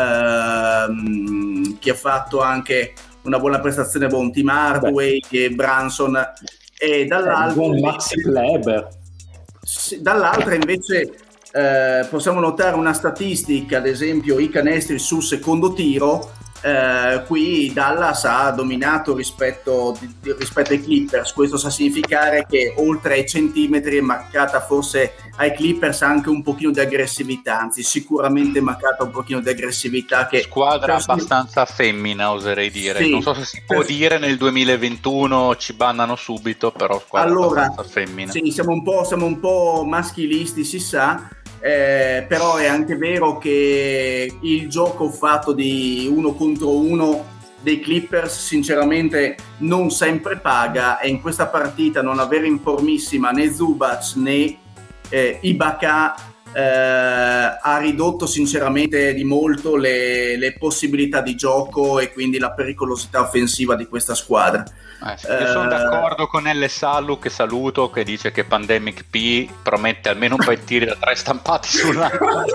uh, che ha fatto anche una buona prestazione, buon Tim Hardaway e Branson, e dall'altro eh, Maxi Kleber. Dall'altra invece eh, possiamo notare una statistica, ad esempio i canestri sul secondo tiro, Eh, qui Dallas ha dominato rispetto, rispetto ai Clippers. Questo sa significare che oltre ai centimetri è mancata forse ai Clippers anche un pochino di aggressività, anzi sicuramente è mancata un pochino di aggressività. Che squadra per... abbastanza femmina, oserei dire. Sì, non so se si può per... dire nel duemilaventuno ci bannano subito, però squadra allora, abbastanza femmina. Sì, siamo un po', siamo un po' maschilisti, si sa. Eh, però è anche vero che il gioco fatto di uno contro uno dei Clippers sinceramente non sempre paga, e in questa partita non avere in formissima né Zubac né eh, Ibaka eh, ha ridotto sinceramente di molto le, le possibilità di gioco e quindi la pericolosità offensiva di questa squadra. Eh, sì. Io sono d'accordo con L. Sallu, che saluto, che dice che Pandemic P promette almeno un paio di tiri da tre stampati sulla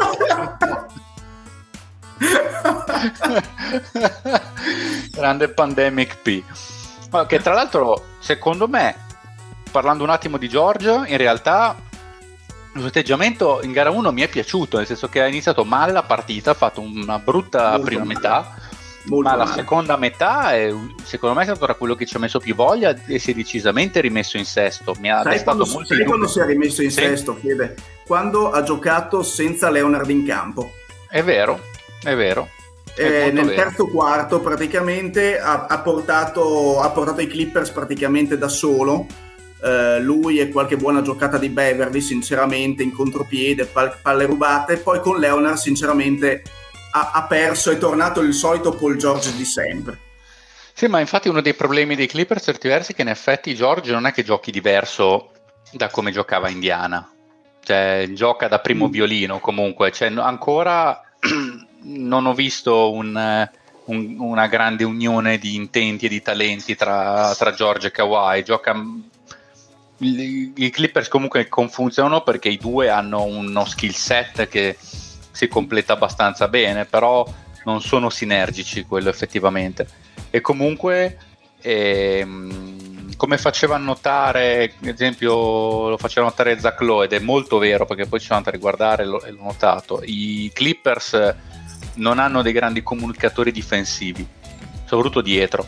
grande Pandemic P, che tra l'altro secondo me, parlando un attimo di George, in realtà il suo atteggiamento in gara uno mi è piaciuto, nel senso che ha iniziato male la partita, ha fatto una brutta Molto prima male. metà. Molto ma la male. seconda metà è, secondo me è stato quello che ci ha messo più voglia e si è decisamente rimesso in sesto. Mi ha Sai destato quando, molto sai quando si è rimesso in Sì. sesto, Fede? Quando ha giocato senza Leonard in campo. È vero, è vero. È Eh, molto nel vero. terzo quarto praticamente ha, ha, portato, ha portato i Clippers praticamente da solo. Eh, lui e qualche buona giocata di Beverly sinceramente in contropiede, pal- palle rubate. Poi con Leonard sinceramente ha, ha perso, è tornato il solito Paul George di sempre. Sì, ma infatti uno dei problemi dei Clippers certi versi è che in effetti George non è che giochi diverso da come giocava Indiana, cioè gioca da primo Mm. violino comunque, cioè, no- ancora non ho visto un, un- una grande unione di intenti e di talenti tra, tra George e Kawhi. Gioca, i, i Clippers comunque confunzionano perché i due hanno uno skill set che si completa abbastanza bene, però non sono sinergici quello effettivamente. E comunque ehm, come faceva notare, ad esempio lo faceva notare Zach Lowe, ed è molto vero perché poi ci sono andato a riguardare e l'ho, e l'ho notato, i Clippers non hanno dei grandi comunicatori difensivi, soprattutto dietro,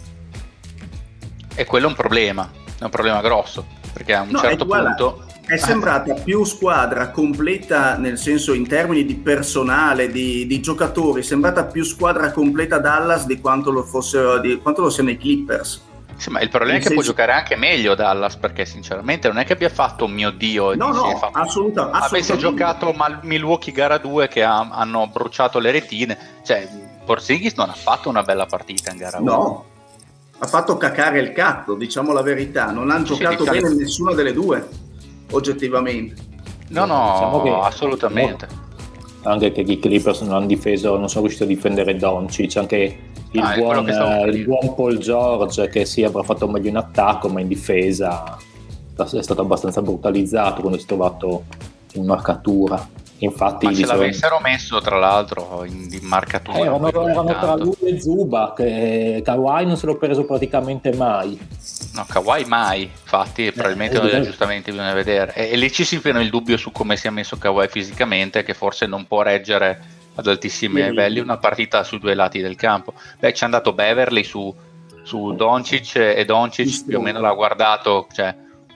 e quello è un problema, è un problema grosso, perché a un No, certo è, guarda, punto è sembrata più squadra completa, nel senso in termini di personale, di, di giocatori, è sembrata più squadra completa Dallas di quanto lo fossero, di quanto lo siano i Clippers. sì, ma il problema Nel è che può senso- giocare anche meglio Dallas, perché sinceramente non è che abbia fatto un mio dio, No, si è no, fatto- assoluta, avesse assolutamente. giocato Mal- Milwaukee gara due che ha- hanno bruciato le retine, cioè Porzingis non ha fatto una bella partita in gara uno. No, ha fatto cacare il cazzo, diciamo la verità. Non hanno Sì, sì, giocato diciamo- bene nessuna delle due, oggettivamente. No, no, Diciamo che- assolutamente. Anche che i Clippers non hanno difeso, non sono riusciti a difendere Doncic, anche il, Ah, è quello buon, che stavo per eh, dire. il buon Paul George, che sì avrà fatto meglio in attacco, ma in difesa è stato abbastanza brutalizzato quando si è trovato in marcatura. Infatti Ma se dicevano- l'avessero messo tra l'altro in, in marcatura Eh, erano, quello erano tra tanto. lui e Zubac, eh, Kawhi non se l'ho preso praticamente mai. No, Kawhi mai, infatti probabilmente eh, non eh. giustamente bisogna vedere, e, e lì ci si pone il dubbio su come sia messo Kawhi fisicamente, che forse non può reggere ad altissimi Sì. livelli una partita sui due lati del campo. Beh, ci è andato Beverly su, su Doncic, e Doncic Sì. più o meno l'ha guardato, cioè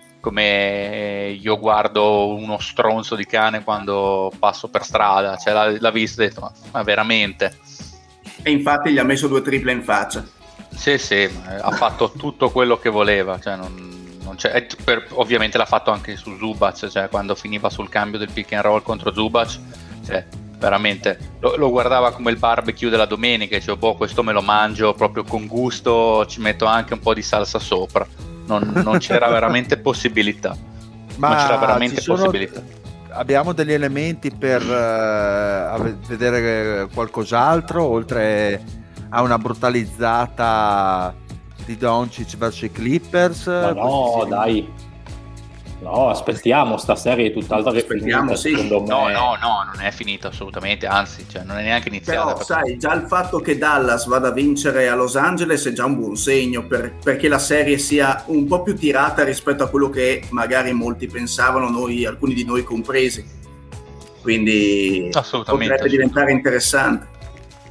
come io guardo uno stronzo di cane quando passo per strada, cioè l'ha, l'ha visto e ha detto ma, ma veramente? E infatti gli ha messo due triple in faccia. Sì, sì, ma ha fatto tutto quello che voleva, cioè non, non c'è, e per- ovviamente l'ha fatto anche su Zubac, cioè quando finiva sul cambio del pick and roll contro Zubac, cioè veramente lo, lo guardava come il barbecue della domenica, dicevo boh, questo me lo mangio proprio con gusto, ci metto anche un po' di salsa sopra, non, non c'era veramente possibilità, Ma non c'era veramente ci sono- possibilità. Abbiamo degli elementi per eh, ave- vedere qualcos'altro oltre a una brutalizzata di Doncic verso i Clippers? Ma no, Questi- dai. No, aspettiamo, sta serie è tutt'altra che Aspettiamo, finita, sì. secondo me. No, no, no, non è finito assolutamente, anzi, cioè, non è neanche iniziata. Però sai, già il fatto che Dallas vada a vincere a Los Angeles è già un buon segno per- perché la serie sia un po' più tirata rispetto a quello che magari molti pensavano, noi, alcuni di noi compresi. Quindi Assolutamente, potrebbe diventare interessante.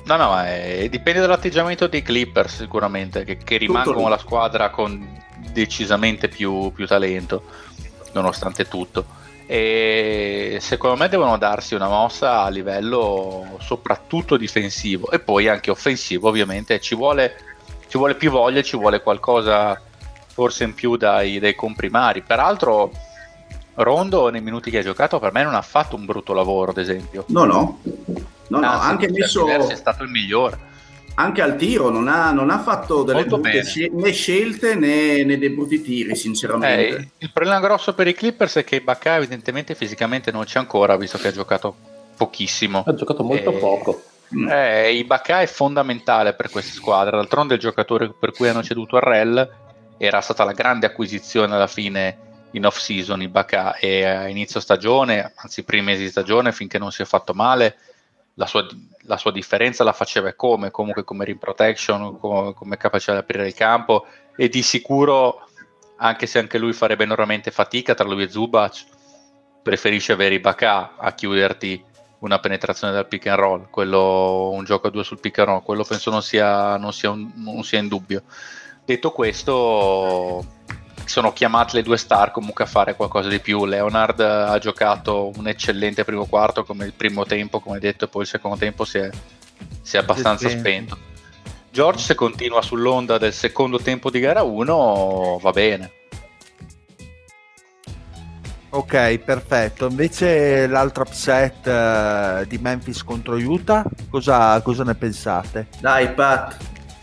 No, no, è, dipende dall'atteggiamento dei Clippers sicuramente, che, che rimangono la squadra con decisamente più, più talento, nonostante tutto. E secondo me devono darsi una mossa a livello soprattutto difensivo e poi anche offensivo, ovviamente. Ci vuole, ci vuole più voglia, ci vuole qualcosa forse in più dai, dai comprimari. Peraltro Rondo nei minuti che ha giocato per me non ha fatto un brutto lavoro, ad esempio. No, no, no, no Anzi, anche messo è stato il migliore. Anche al tiro non ha, non ha fatto delle Molto brutte bene. né scelte né, né dei brutti tiri, sinceramente. Eh, il problema grosso per i Clippers è che Ibaka evidentemente fisicamente non c'è ancora, visto che ha giocato pochissimo. Ha giocato molto eh, poco. Eh, Ibaka è fondamentale per questa squadra. D'altronde il giocatore per cui hanno ceduto a Rell era stata la grande acquisizione alla fine in off season. Ibaka, e a inizio stagione, anzi primi mesi di stagione, finché non si è fatto male, la sua, la sua differenza la faceva come comunque come rim protection, come, come capacità di aprire il campo, e di sicuro, anche se anche lui farebbe enormemente fatica, tra lui e Zubac preferisce avere Ibaka a chiuderti una penetrazione dal pick and roll, quello, un gioco a due sul pick and roll, quello penso non sia, non sia, un, non sia in dubbio. Detto questo, sono chiamate le due star comunque a fare qualcosa di più. Leonard ha giocato un eccellente primo quarto, come il primo tempo, come detto, e poi il secondo tempo si è, si è abbastanza Sì, sì. spento. George, se continua sull'onda del secondo tempo di gara uno, va bene. Ok, perfetto. Invece l'altro upset eh, di Memphis contro Utah, cosa, cosa ne pensate? Dai, Pat.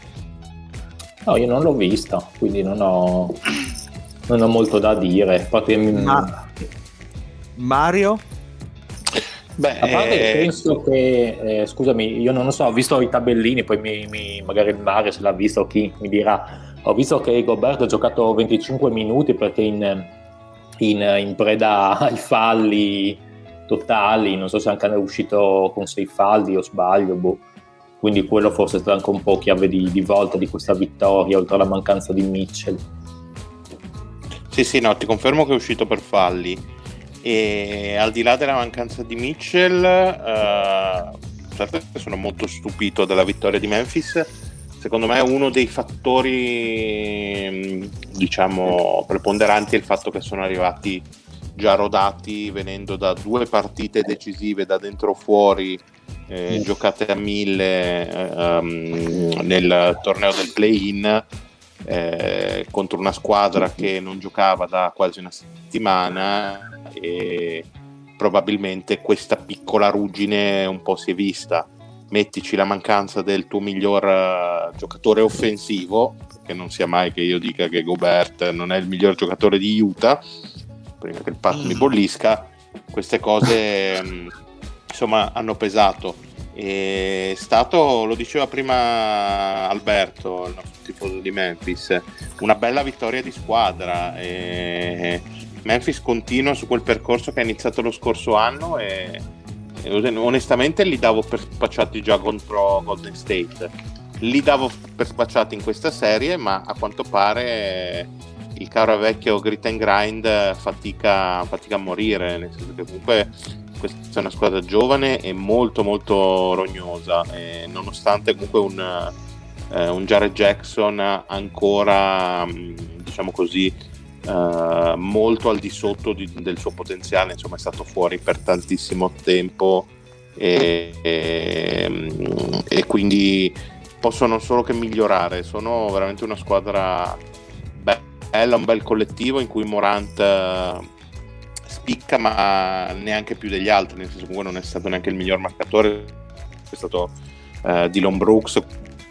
No, io non l'ho vista, quindi non ho, non ho molto da dire. Infatti, Ma- Mario? Beh, a parte eh, penso che, eh, scusami, io non lo so, ho visto i tabellini, poi mi, mi- magari il Mario se l'ha visto, chi mi dirà. Ho visto che Gobert ha giocato venticinque minuti perché in, in, in preda ai falli totali, non so se anche è uscito con sei falli o sbaglio, boh. Quindi quello forse è stato anche un po' chiave di, di volta di questa vittoria, oltre alla mancanza di Mitchell. Sì, sì, no, ti confermo che è uscito per falli. E al di là della mancanza di Mitchell, eh, certo che sono molto stupito della vittoria di Memphis. Secondo me uno dei fattori, diciamo, preponderanti è il fatto che sono arrivati già rodati, venendo da due partite decisive da dentro fuori, eh, giocate a mille eh, um, nel torneo del play-in, eh, contro una squadra che non giocava da quasi una settimana, e probabilmente questa piccola ruggine un po' si è vista. Mettici la mancanza del tuo miglior uh, giocatore offensivo, che non sia mai che io dica che Gobert non è il miglior giocatore di Utah, prima che il Pat mi bollisca. Queste cose mh, insomma hanno pesato. È stato, lo diceva prima Alberto, il nostro tifoso di Memphis, una bella vittoria di squadra. E Memphis continua su quel percorso che ha iniziato lo scorso anno e, e onestamente li davo per spacciati già contro Golden State, li davo per spacciati in questa serie, ma a quanto pare il caro vecchio grit and grind fatica, fatica a morire, nel senso che comunque questa è una squadra giovane e molto molto rognosa, e nonostante comunque un, eh, un Jared Jackson ancora, diciamo così, eh, molto al di sotto di, del suo potenziale, insomma è stato fuori per tantissimo tempo e, e, e quindi possono solo che migliorare. Sono veramente una squadra bella, un bel collettivo in cui Morant spicca, ma neanche più degli altri, nel senso che comunque non è stato neanche il miglior marcatore, è stato uh, Dillon Brooks,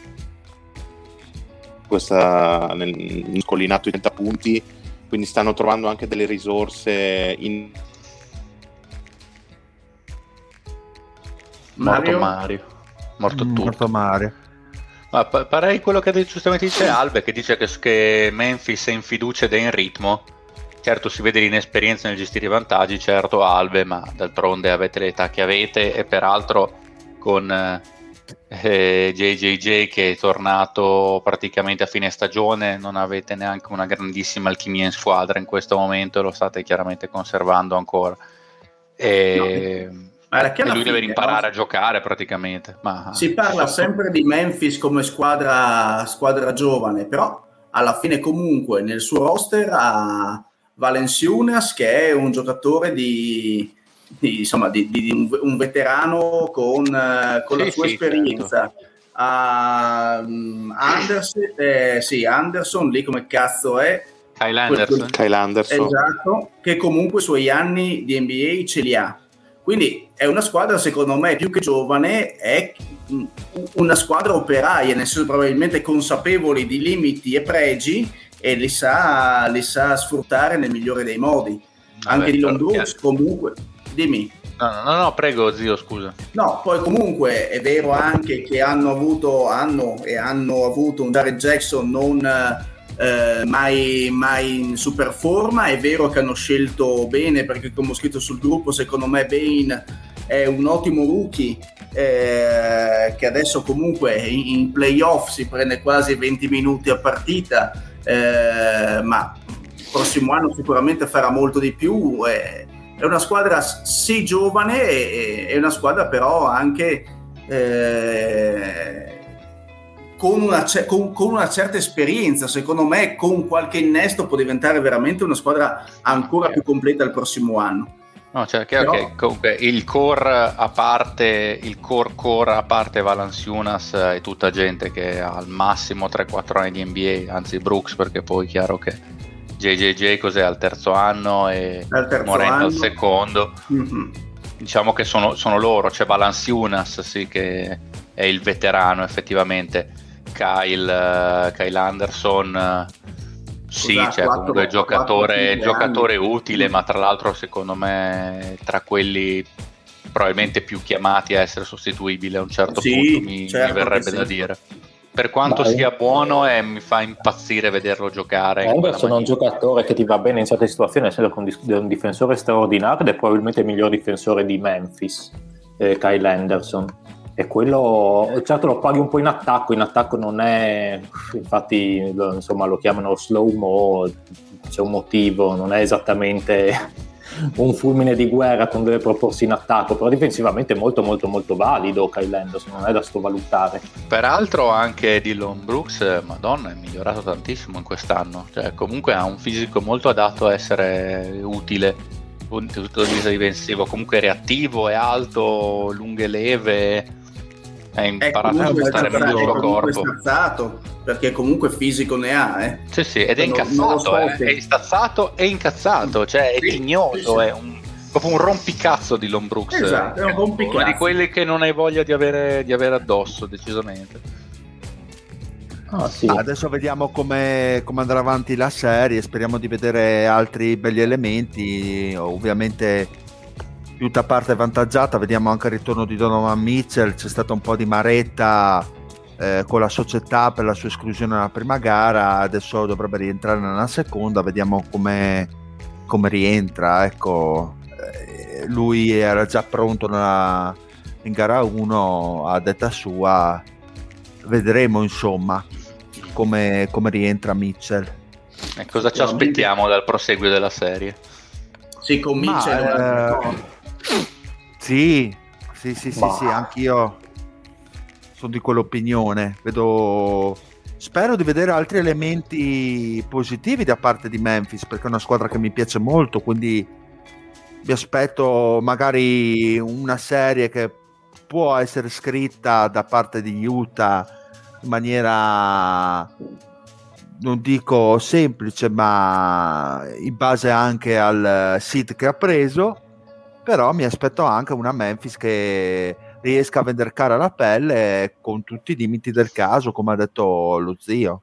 questa nel collinato i trenta punti, quindi stanno trovando anche delle risorse in Morto Mario? Mario, morto Mm, tutto. Morto Mario. Ma pa- parei quello che giustamente dice Albe, che dice che, che Memphis è in fiducia ed è in ritmo. Certo, si vede l'inesperienza nel gestire i vantaggi, certo Albe, ma d'altronde avete l'età che avete, e peraltro con eh, J J J che è tornato praticamente a fine stagione non avete neanche una grandissima alchimia in squadra in questo momento, lo state chiaramente conservando ancora. E Ma che e lui fine, deve imparare no? a giocare praticamente. Ma... Si parla sempre di Memphis come squadra, squadra giovane, però alla fine comunque nel suo roster ha Valanciunas, che è un giocatore di, di insomma di, di un, un veterano con, uh, con sì, la sua sì, esperienza. Certo. A um, Anderson, eh, sì, Anderson, lì come cazzo è? Kyle Anderson. Kyle Anderson. Esatto, che comunque i suoi anni di N B A ce li ha. Quindi è una squadra, secondo me, più che giovane, è una squadra operaia, nel senso probabilmente consapevoli di limiti e pregi e li sa, li sa sfruttare nel migliore dei modi. Vabbè, anche di Dillon però, Brooks, comunque, dimmi. No, no, no, prego zio, scusa. No, poi comunque è vero anche che hanno avuto, hanno e hanno avuto un Derek Jackson non eh, mai, mai in super forma. È vero che hanno scelto bene, perché come ho scritto sul gruppo, secondo me Bane è un ottimo rookie eh, che adesso comunque in, in playoff si prende quasi venti minuti a partita, eh, ma il prossimo anno sicuramente farà molto di più. Eh, È una squadra sì giovane, e è una squadra però anche eh, con, una, con, con una certa esperienza. Secondo me con qualche innesto può diventare veramente una squadra ancora più completa il prossimo anno. No, cioè, che, però... okay, comunque il core a parte, il core core a parte Valanciunas è tutta gente che ha al massimo tre quattro anni di N B A, anzi Brooks, perché poi è chiaro che J J J cos'è al terzo anno e Moreno al secondo. Mm-hmm. Diciamo che sono, sono loro. C'è Valanciunas sì, che è il veterano effettivamente. Kyle, Kyle Anderson sì, Scusa, cioè quattro, comunque giocatore, quattro, giocatore anni. utile, ma tra l'altro secondo me tra quelli probabilmente più chiamati a essere sostituibili a un certo sì, punto mi, certo mi verrebbe sì. da dire. Per quanto Vai. sia buono e mi fa impazzire vederlo giocare. Anderson è un giocatore che ti va bene in certe situazioni, nel senso che è un difensore straordinario ed è probabilmente il miglior difensore di Memphis, eh, Kyle Anderson. E quello, certo, lo paghi un po' in attacco, in attacco non è, infatti lo, insomma lo chiamano slow-mo, c'è un motivo, non è esattamente un fulmine di guerra con delle proporsi in attacco, però difensivamente è molto molto molto valido Kyle Anderson, non è da sottovalutare. Peraltro anche Dillon Brooks, madonna, è migliorato tantissimo in quest'anno, cioè comunque ha un fisico molto adatto a essere utile tutto il vista difensivo, comunque reattivo, è alto, lunghe leve, ha imparato a stare meglio il suo corpo, stazzato, perché comunque fisico ne ha, eh. Sì, sì, ed è incazzato, eh. È stazzato e incazzato, cioè è sì, tignoso, sì, sì. È un, proprio un rompicazzo di Dillon Brooks, esatto, eh. È un rompicazzo, uno di quelli che non hai voglia di avere, di avere addosso, decisamente. Ah, sì. Adesso vediamo come andrà avanti la serie, speriamo di vedere altri belli elementi, ovviamente tutta parte avvantaggiata. Vediamo anche il ritorno di Donovan Mitchell, c'è stata un po' di maretta eh, con la società per la sua esclusione nella prima gara, adesso dovrebbe rientrare nella seconda, vediamo come rientra, ecco. Eh, lui era già pronto nella, in gara uno, a detta sua, vedremo insomma come, come rientra Mitchell. E cosa ci aspettiamo dal proseguio della serie? Sì, con Mitchell Ma, eh, sì, sì, sì, sì, sì, anch'io sono di quell'opinione. Vedo, spero di vedere altri elementi positivi da parte di Memphis, perché è una squadra che mi piace molto, quindi mi aspetto magari una serie che può essere scritta da parte di Utah in maniera, non dico semplice, ma in base anche al seed che ha preso. Però mi aspetto anche una Memphis che riesca a vender cara la pelle con tutti i limiti del caso, come ha detto lo zio.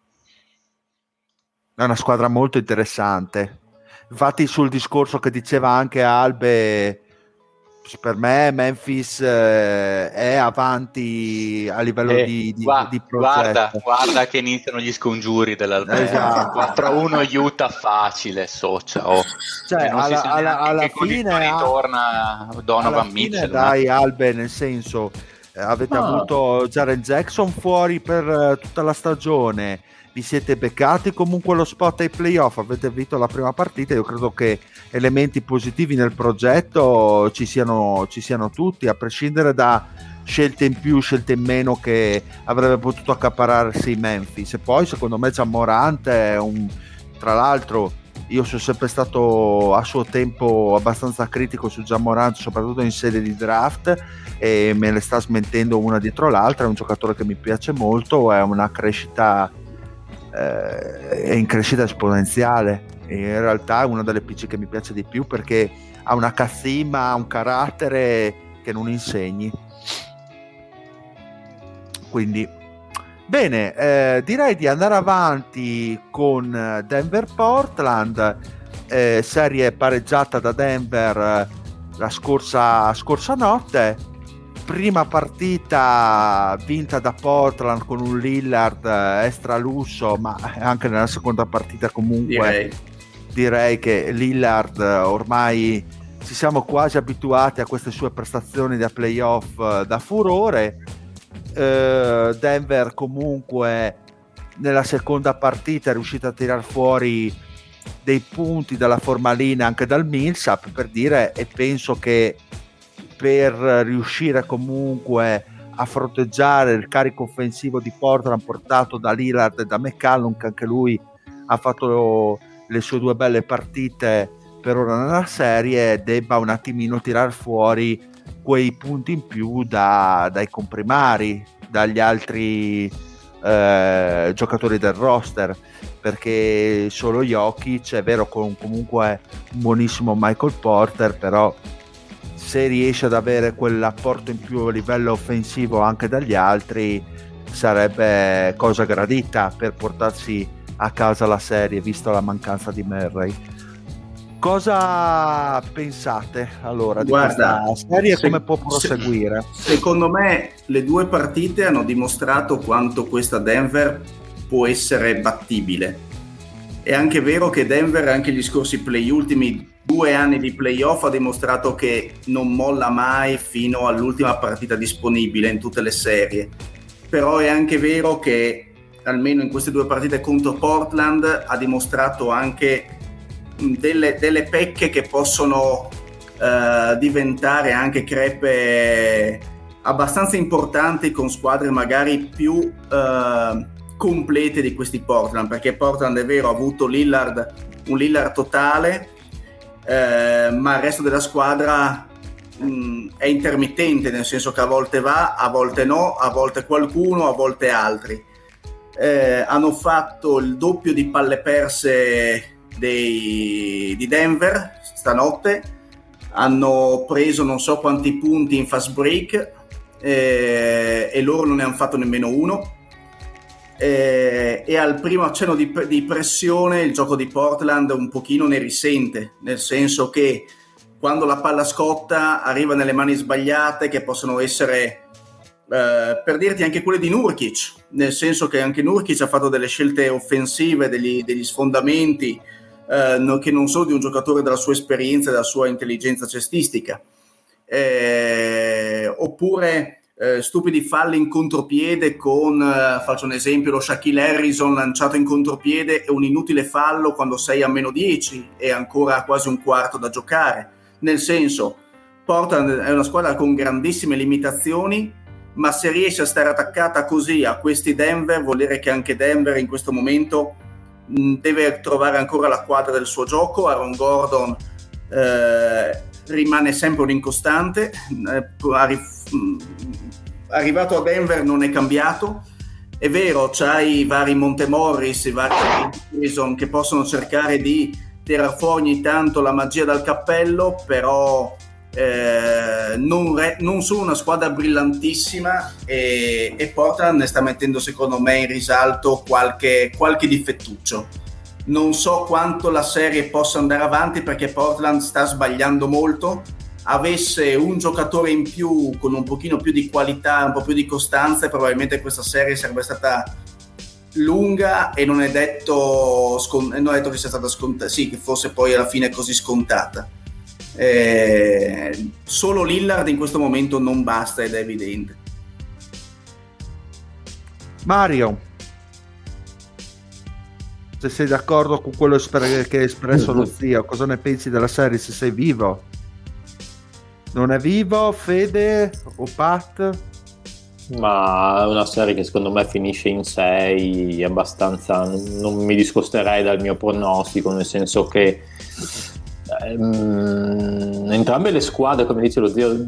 È una squadra molto interessante. Infatti sul discorso che diceva anche Albe, per me Memphis eh, è avanti a livello eh, di, di, guarda, di progetto. Guarda, guarda che iniziano gli scongiuri dell'Albe. Esatto. quattro a uno Utah facile, socia. Oh. Cioè, non alla, si alla, alla che fine ritorna Donovan Mitchell. Dai, Albe, nel senso, avete Ma... avuto Jaren Jackson fuori per uh, tutta la stagione, vi siete beccati comunque lo spot ai playoff, avete vinto la prima partita. Io credo che elementi positivi nel progetto ci siano, ci siano tutti, a prescindere da scelte in più, scelte in meno che avrebbe potuto accaparrarsi Memphis. E poi secondo me Gian Morant è un, tra l'altro io sono sempre stato a suo tempo abbastanza critico su Gian Morant, soprattutto in sede di draft, e me le sta smentendo una dietro l'altra. È un giocatore che mi piace molto, è una crescita eh, è in crescita esponenziale, e in realtà è una delle P C che mi piace di più perché ha una cazzimma, ha un carattere che non insegni. Quindi bene, eh, direi di andare avanti con Denver-Portland, eh, serie pareggiata da Denver eh, la scorsa, scorsa notte. Prima partita vinta da Portland con un Lillard eh, extra lusso, ma anche nella seconda partita comunque direi, direi che Lillard eh, ormai ci siamo quasi abituati a queste sue prestazioni da playoff eh, da furore. Denver comunque nella seconda partita è riuscita a tirar fuori dei punti dalla formalina, anche dal Millsap, per dire, e penso che per riuscire comunque a fronteggiare il carico offensivo di Portland portato da Lillard e da McCallum, che anche lui ha fatto le sue due belle partite per ora nella serie, debba un attimino tirar fuori quei punti in più da, dai comprimari, dagli altri eh, giocatori del roster, perché solo Jokic è vero, con comunque un buonissimo Michael Porter, però se riesce ad avere quell'apporto in più a livello offensivo anche dagli altri sarebbe cosa gradita per portarsi a casa la serie, visto la mancanza di Murray. Cosa pensate allora di Guarda, questa serie e se, come può proseguire? Se, secondo me le due partite hanno dimostrato quanto questa Denver può essere battibile. È anche vero che Denver, anche gli scorsi play, ultimi due anni di playoff, ha dimostrato che non molla mai fino all'ultima partita disponibile in tutte le serie. Però è anche vero che almeno in queste due partite contro Portland ha dimostrato anche Delle, delle pecche che possono uh, diventare anche crepe abbastanza importanti con squadre magari più uh, complete di questi Portland, perché Portland è vero ha avuto Lillard, un Lillard totale, uh, ma il resto della squadra mh, è intermittente, nel senso che a volte va, a volte no, a volte qualcuno, a volte altri. Uh, hanno fatto il doppio di palle perse Dei, di Denver stanotte, hanno preso non so quanti punti in fast break eh, e loro non ne hanno fatto nemmeno uno, eh, e al primo accenno di, di pressione il gioco di Portland un pochino ne risente, nel senso che quando la palla scotta arriva nelle mani sbagliate, che possono essere Uh, per dirti anche quelle di Nurkic, nel senso che anche Nurkic ha fatto delle scelte offensive, degli, degli sfondamenti uh, no, che non sono di un giocatore della sua esperienza e della sua intelligenza cestistica, eh, oppure uh, stupidi falli in contropiede con, uh, faccio un esempio, lo Shaquille Harrison lanciato in contropiede e un inutile fallo quando sei a meno dieci e ancora quasi un quarto da giocare. Nel senso, Portland è una squadra con grandissime limitazioni, ma se riesce a stare attaccata così a questi Denver, vuol dire che anche Denver in questo momento mh, deve trovare ancora la quadra del suo gioco. Aaron Gordon eh, rimane sempre un incostante, eh, arri- mh, arrivato a Denver non è cambiato. È vero, c'hai i vari Montemorris, i vari Harrison che possono cercare di tirar fuori ogni tanto la magia dal cappello, però Eh, non, re, non sono una squadra brillantissima, e, e Portland ne sta mettendo secondo me in risalto qualche, qualche difettuccio. Non so quanto la serie possa andare avanti, perché Portland sta sbagliando molto. Avesse un giocatore in più con un pochino più di qualità, un po' più di costanza, e probabilmente questa serie sarebbe stata lunga e non è detto, scont- non è detto che sia stata scontata, sì, che fosse poi alla fine così scontata. Eh, solo Lillard in questo momento non basta ed è evidente. Mario, se sei d'accordo con quello esper- che ha espresso lo zio, cosa ne pensi della serie, se sei vivo? Non è vivo, Fede o Pat? Ma è una serie che secondo me finisce in sei abbastanza, non mi discosterei dal mio pronostico, nel senso che ehm, entrambe le squadre, come dice lo zio,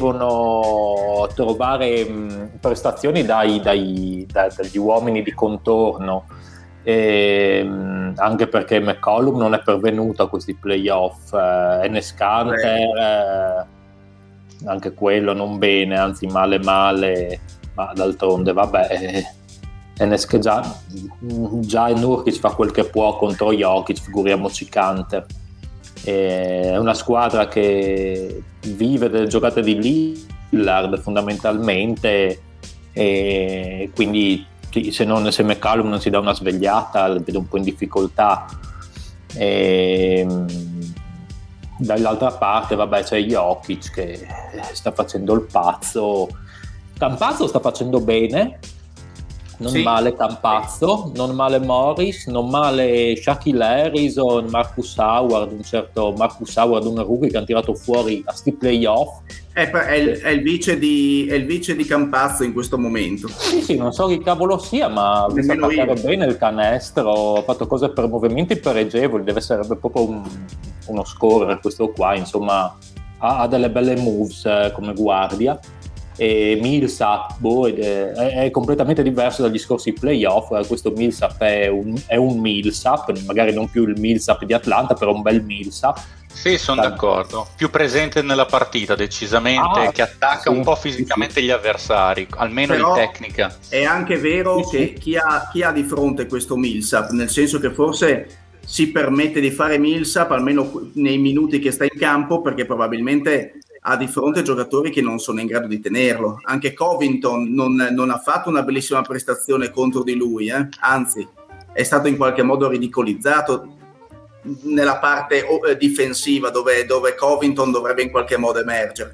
devono trovare mh, prestazioni dai, dai, dai, dagli uomini di contorno, e, mh, anche perché McCollum non è pervenuto a questi playoff, eh, Enes Kanter eh, anche quello non bene, anzi male male, ma d'altronde vabbè, Enes che già già Nurkic fa quel che può contro Jokic, figuriamoci Kanter. È una squadra che vive delle giocate di Lillard fondamentalmente, e quindi se, non, se McCallum non si dà una svegliata la vedo un po' in difficoltà. E dall'altra parte vabbè c'è Jokic che sta facendo il pazzo. Campazzo sta facendo bene, non sì. male Campazzo, non male Morris, non male Shaquille Harrison, Marcus Howard, un certo Marcus Howard, un rookie che hanno tirato fuori a sti playoff. È, è, il, è, il vice di, è il vice di Campazzo in questo momento. Sì, sì, non so chi cavolo sia, ma sa attaccare bene il canestro, ha fatto cose per movimenti pareggevoli, deve essere proprio un, uno scorer questo qua, insomma ha, ha delle belle moves eh, come guardia. E Millsap boh, è, è completamente diverso dagli scorsi playoff. Questo Millsap è un, è un Millsap, magari non più il Millsap di Atlanta, però un bel Millsap. Sì, sono Dai. d'accordo. Più presente nella partita, decisamente, ah, che attacca sì, un po' fisicamente sì, sì. gli avversari, almeno però in tecnica. È anche vero sì, che sì. Chi, ha, chi ha di fronte questo Millsap, nel senso che forse si permette di fare Millsap almeno nei minuti che sta in campo, perché probabilmente ha di fronte giocatori che non sono in grado di tenerlo. Anche Covington non, non ha fatto una bellissima prestazione contro di lui, eh? Anzi è stato in qualche modo ridicolizzato nella parte eh, difensiva dove, dove Covington dovrebbe in qualche modo emergere.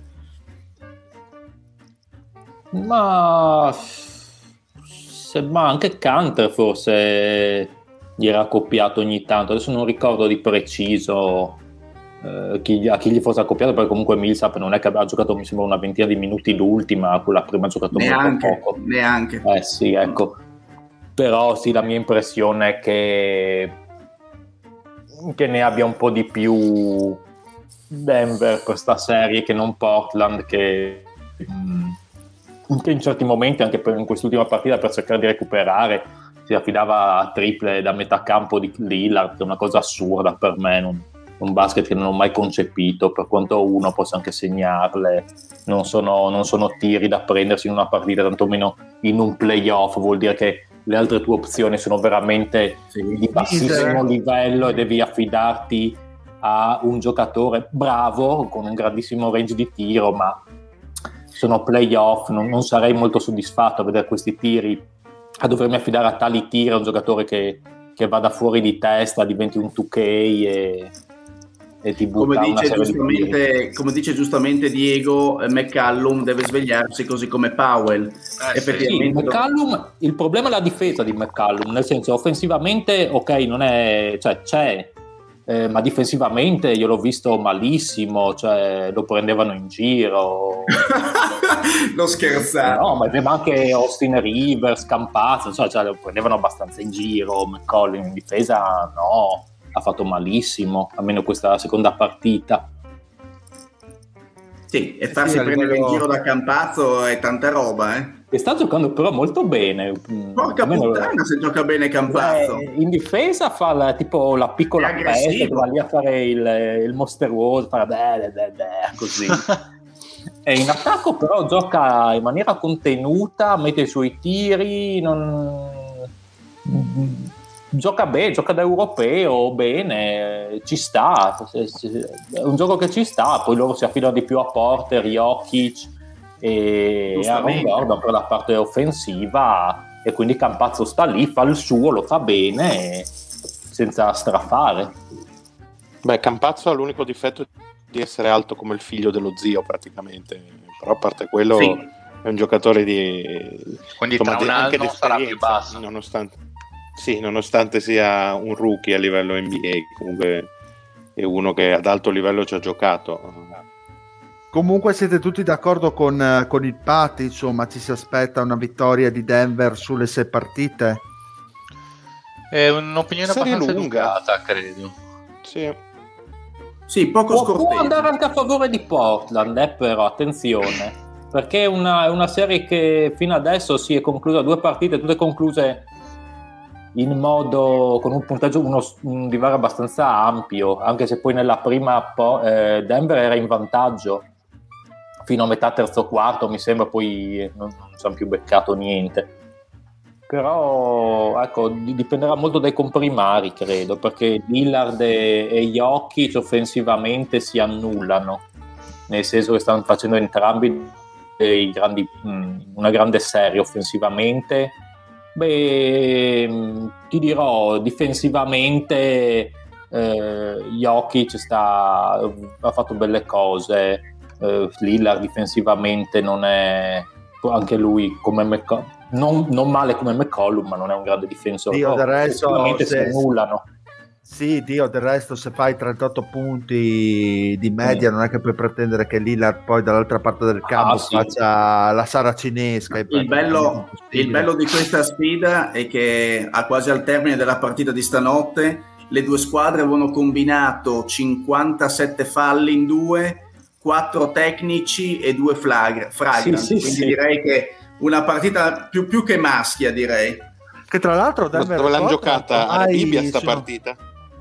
Ma, se, ma anche Kanter forse gli era accoppiato ogni tanto, adesso non ricordo di preciso Uh, chi, a chi gli fosse accoppiato, perché comunque Millsap non è che aveva giocato, mi sembra, una ventina di minuti l'ultima, quella prima ha giocato neanche, molto poco. Neanche. Eh sì, ecco. Però sì, la mia impressione è che, che ne abbia un po' di più Denver questa serie che non Portland, che, che in certi momenti, anche per, in quest'ultima partita, per cercare di recuperare, si affidava a triple da metà campo di Lillard, che è una cosa assurda per me, non un basket che non ho mai concepito, per quanto uno possa anche segnarle, non sono, non sono tiri da prendersi in una partita, tantomeno in un playoff. Vuol dire che le altre tue opzioni sono veramente sì, di bassissimo livello e devi affidarti a un giocatore bravo con un grandissimo range di tiro, ma sono playoff, non, non sarei molto soddisfatto a vedere questi tiri, a dovermi affidare a tali tiri a un giocatore che, che vada fuori di testa, diventi un due K e e ti butta come una dice serie giustamente di come dice giustamente Diego, McCallum deve svegliarsi così come Powell. eh, effettivamente sì, McCallum, il problema è la difesa di McCallum, nel senso offensivamente ok, non è, cioè c'è eh, ma difensivamente io l'ho visto malissimo, cioè lo prendevano in giro. Non scherzare. No, ma anche Austin Rivers, Campazzo, cioè, cioè lo prendevano abbastanza in giro. McCollum in difesa no, ha fatto malissimo, almeno questa seconda partita. Sì, e farsi sì, prendere livello... in giro da Campazzo è tanta roba, eh. E sta giocando però molto bene. Porca almeno... puttana se gioca bene Campazzo. Eh, in difesa fa la, tipo la piccola peste che va lì a fare il, il mostruoso, fa beh, beh, beh, così. E in attacco però gioca in maniera contenuta, mette i suoi tiri, non... gioca bene, gioca da europeo bene, ci sta, è un gioco che ci sta. Poi loro si affidano di più a Porter, Jokic e Aaron Gordon per la parte offensiva, e quindi Campazzo sta lì, fa il suo, lo fa bene senza strafare. Beh, Campazzo ha l'unico difetto di essere alto come il figlio dello zio praticamente, però a parte quello sì. è un giocatore di quindi insomma, tra un anche anno sarà più basso, nonostante, sì, nonostante sia un rookie a livello N B A, comunque è uno che ad alto livello ci ha giocato. Comunque siete tutti d'accordo con, con il Pat, insomma ci si aspetta una vittoria di Denver sulle sei partite? È un'opinione Serie abbastanza lunga. educata, credo. Sì. Sì, poco Può, può scortese. andare anche a favore di Portland, eh, però attenzione, perché è una, è una serie che fino adesso si è conclusa, due partite tutte concluse in modo con un punteggio, uno, un divario abbastanza ampio, anche se poi nella prima po- eh, Denver era in vantaggio fino a metà terzo quarto, mi sembra, poi non, non ci hanno più beccato niente. Però ecco, dipenderà molto dai comprimari, credo, perché Lillard e, e Jokic offensivamente si annullano, nel senso che stanno facendo entrambi dei grandi, mh, una grande serie offensivamente. Beh, ti dirò, difensivamente eh, Jokic sta, ha fatto belle cose, eh, Lillard difensivamente non è, anche lui come McCollum, non, non male come McCollum, ma non è un grande difensore. Dio, del resto, si se, annullano. Sì, Dio, del resto se fai trentotto punti di media mm. non è che puoi pretendere che Lillard poi dall'altra parte del campo ah, sì. faccia la saracinesca. Il bello, il bello di questa sfida è che a quasi al termine della partita di stanotte le due squadre avevano combinato cinquantasette falli in due, quattro tecnici e due flag- fragrant, sì, sì, quindi sì. direi che una partita più, più che maschia, direi. Che tra l'altro Denver dove l'hanno giocata a Bibbia sta sono... partita?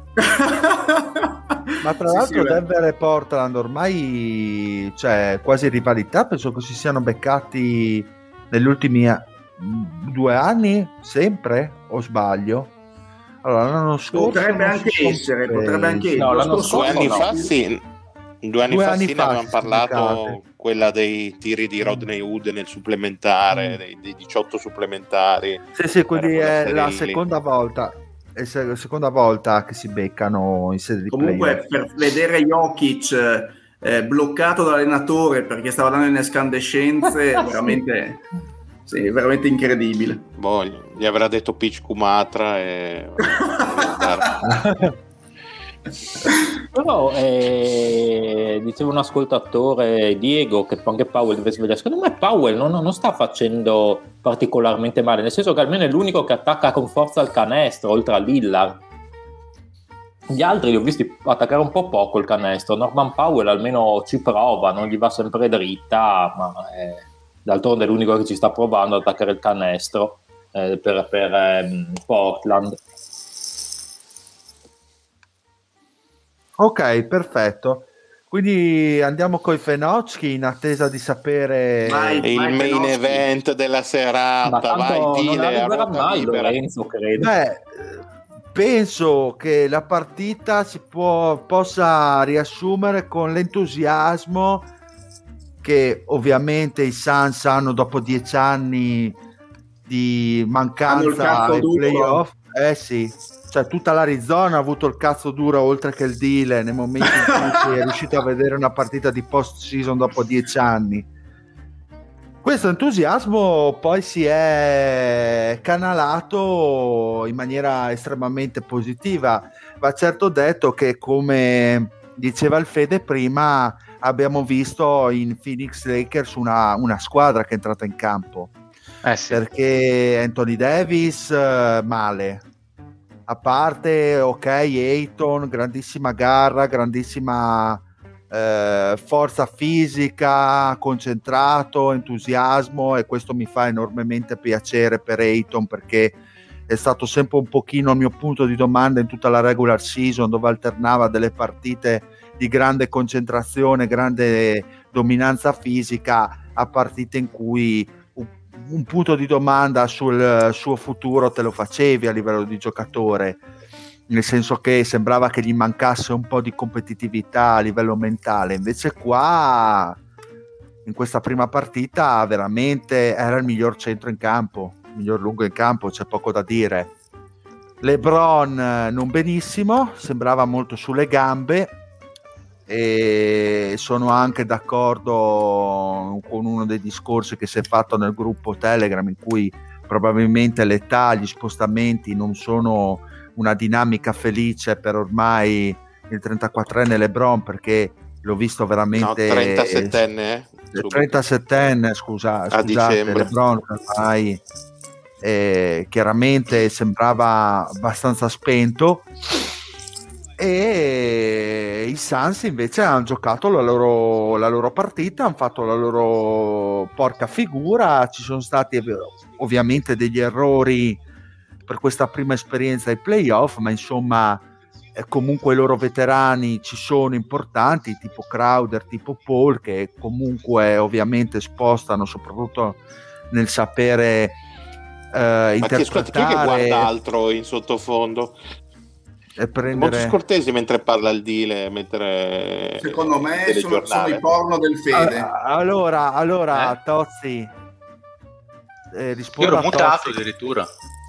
Ma tra sì, l'altro sì, Denver e Portland ormai c'è quasi rivalità, penso che si siano beccati negli ultimi due anni sempre, o sbaglio? Allora l'anno scorso potrebbe anche essere, potrebbe anche essere. No, l'anno Due scorso anni no. fa sì, due anni Due fa anni sì, fa ne avevamo si sono parlato, beccate. quella dei tiri di Rodney Hood nel supplementare, Mm. dei, dei diciotto supplementari. Sì, sì, quindi Era quella è serie la lì. seconda volta, è se- la seconda volta che si beccano in sede di Comunque playoff. per vedere Jokic eh, bloccato dall'allenatore perché stava dando in escandescenze è veramente, sì, veramente incredibile. Boh, gli avrà detto Pitch Kumatra e Però eh, diceva un ascoltatore, Diego, che anche Powell deve svegliare. Secondo me Powell non, non sta facendo particolarmente male, nel senso che almeno è l'unico che attacca con forza al canestro, oltre a Lillard. Gli altri li ho visti attaccare un po' poco il canestro. Norman Powell almeno ci prova, non gli va sempre dritta, ma eh, d'altronde è l'unico che ci sta provando ad attaccare il canestro eh, per, per eh, Portland. Ok, perfetto. Quindi andiamo coi Fenocchi in attesa di sapere. Vai. il Vai, main Fenocchi. event della Ma serata. tanto Vai, non Dile, a arriverà ruota mai libera. Lorenzo, credo. Beh, eh, penso che la partita si può, possa riassumere con l'entusiasmo che ovviamente i Suns hanno dopo dieci anni di Hanno il mancanza cazzo ai duro. playoff. Eh sì, cioè tutta l'Arizona ha avuto il cazzo duro oltre che il Dile nel momento in cui si è riuscito a vedere una partita di post season dopo dieci anni. Questo entusiasmo poi si è canalato in maniera estremamente positiva. Va certo detto che, come diceva il Fede prima, abbiamo visto in Phoenix Lakers una, una squadra che è entrata in campo. Eh sì. Perché Anthony Davis eh, male, a parte ok, Ayton, grandissima garra, grandissima eh, forza fisica, concentrato, entusiasmo, e questo mi fa enormemente piacere per Ayton, perché è stato sempre un pochino il mio punto di domanda in tutta la regular season, dove alternava delle partite di grande concentrazione, grande dominanza fisica, a partite in cui un punto di domanda sul suo futuro te lo facevi a livello di giocatore, nel senso che sembrava che gli mancasse un po' di competitività a livello mentale. Invece qua in questa prima partita veramente era il miglior centro in campo, il miglior lungo in campo, c'è poco da dire. LeBron non benissimo, sembrava molto sulle gambe, e sono anche d'accordo con uno dei discorsi che si è fatto nel gruppo Telegram, in cui probabilmente l'età, gli spostamenti non sono una dinamica felice per ormai il trentaquattrenne LeBron, perché l'ho visto veramente no, trentasettenne eh? trentasettenne scusa, a scusate, dicembre. LeBron ormai eh, chiaramente sembrava abbastanza spento, e i Suns invece hanno giocato la loro, la loro partita, hanno fatto la loro porca figura. Ci sono stati ovviamente degli errori per questa prima esperienza ai playoff, ma insomma eh, comunque i loro veterani ci sono importanti, tipo Crowder, tipo Paul, che comunque ovviamente spostano soprattutto nel sapere eh, ma che, scusa, chi è che guarda altro in sottofondo? E prendere... molto scortesi mentre parla il Dile, mentre secondo me sono, sono i porno del Fede. Allora, allora eh? Tozzi eh, io ero mutato addirittura.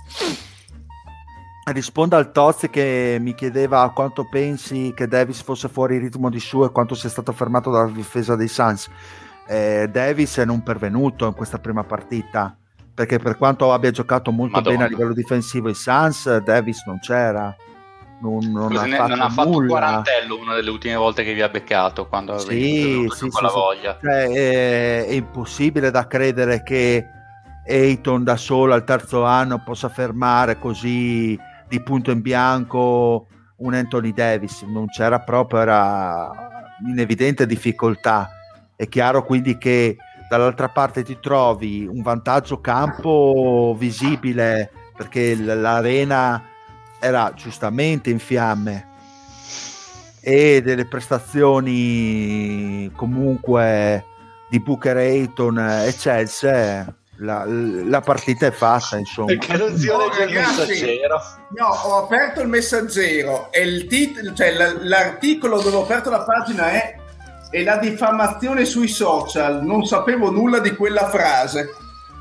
Risponda al Tozzi che mi chiedeva quanto pensi che Davis fosse fuori ritmo di su e quanto sia stato fermato dalla difesa dei Suns. eh, Davis è non pervenuto in questa prima partita, perché per quanto abbia giocato molto Madonna. bene a livello difensivo i Suns, Davis non c'era. Non, non, Così ha, ne, fatto non ha fatto nulla. un quarantello una delle ultime volte che vi ha beccato, quando sì, avevi sì, con la sì, voglia. Cioè, è, è impossibile da credere che Ayton da solo al terzo anno possa fermare così di punto in bianco un Anthony Davis. Non c'era proprio, era in evidente difficoltà. È chiaro quindi che dall'altra parte ti trovi un vantaggio campo visibile, perché l'arena era giustamente in fiamme, e delle prestazioni comunque di Booker, Ayton e Chelsea, la, la partita è fatta, insomma. Perché non si Oh, legge il ragazzi, Messaggero? No, ho aperto il Messaggero e il tit- cioè l- l'articolo dove ho aperto la pagina è e la diffamazione sui social. Non sapevo nulla di quella frase.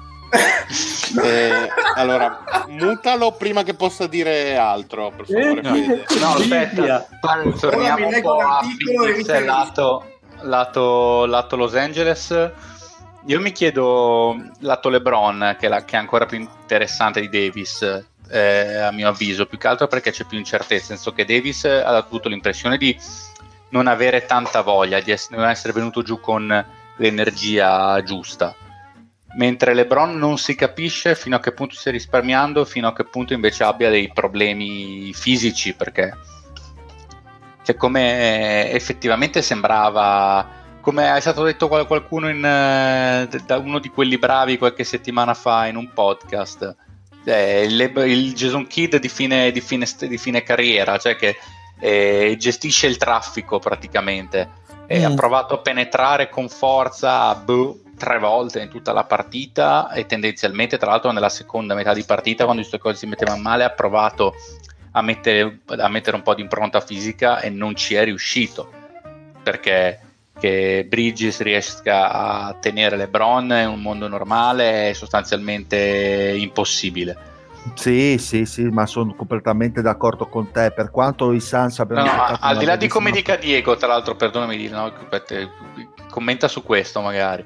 Eh, allora, mutalo prima che possa dire altro, per favore. No, Fede. no aspetta, torniamo un po' a Phoenix, lato, lato, lato Los Angeles. Io mi chiedo, lato LeBron, che è, la, che è ancora più interessante di Davis, eh, a mio avviso, più che altro perché c'è più incertezza, nel senso che Davis ha avuto l'impressione di non avere tanta voglia, di essere, non essere venuto giù con l'energia giusta, mentre LeBron non si capisce fino a che punto stia risparmiando, fino a che punto invece abbia dei problemi fisici, perché cioè, come effettivamente sembrava, come è stato detto qualcuno in, da uno di quelli bravi qualche settimana fa in un podcast, eh, il, il Jason Kidd di fine, di fine, di fine carriera, cioè che eh, gestisce il traffico praticamente, e mm. ha provato a penetrare con forza boh, tre volte in tutta la partita, e tendenzialmente tra l'altro nella seconda metà di partita, quando queste cose si mettevano male, ha provato a mettere, a mettere un po' di impronta fisica e non ci è riuscito, perché che Bridges riesca a tenere LeBron in un mondo normale è sostanzialmente impossibile. Sì, sì, sì, ma sono completamente d'accordo con te. Per quanto i Suns abbiano no, no, al di là di come bellissima... dica Diego, tra l'altro, perdonami, no, commenta su questo magari,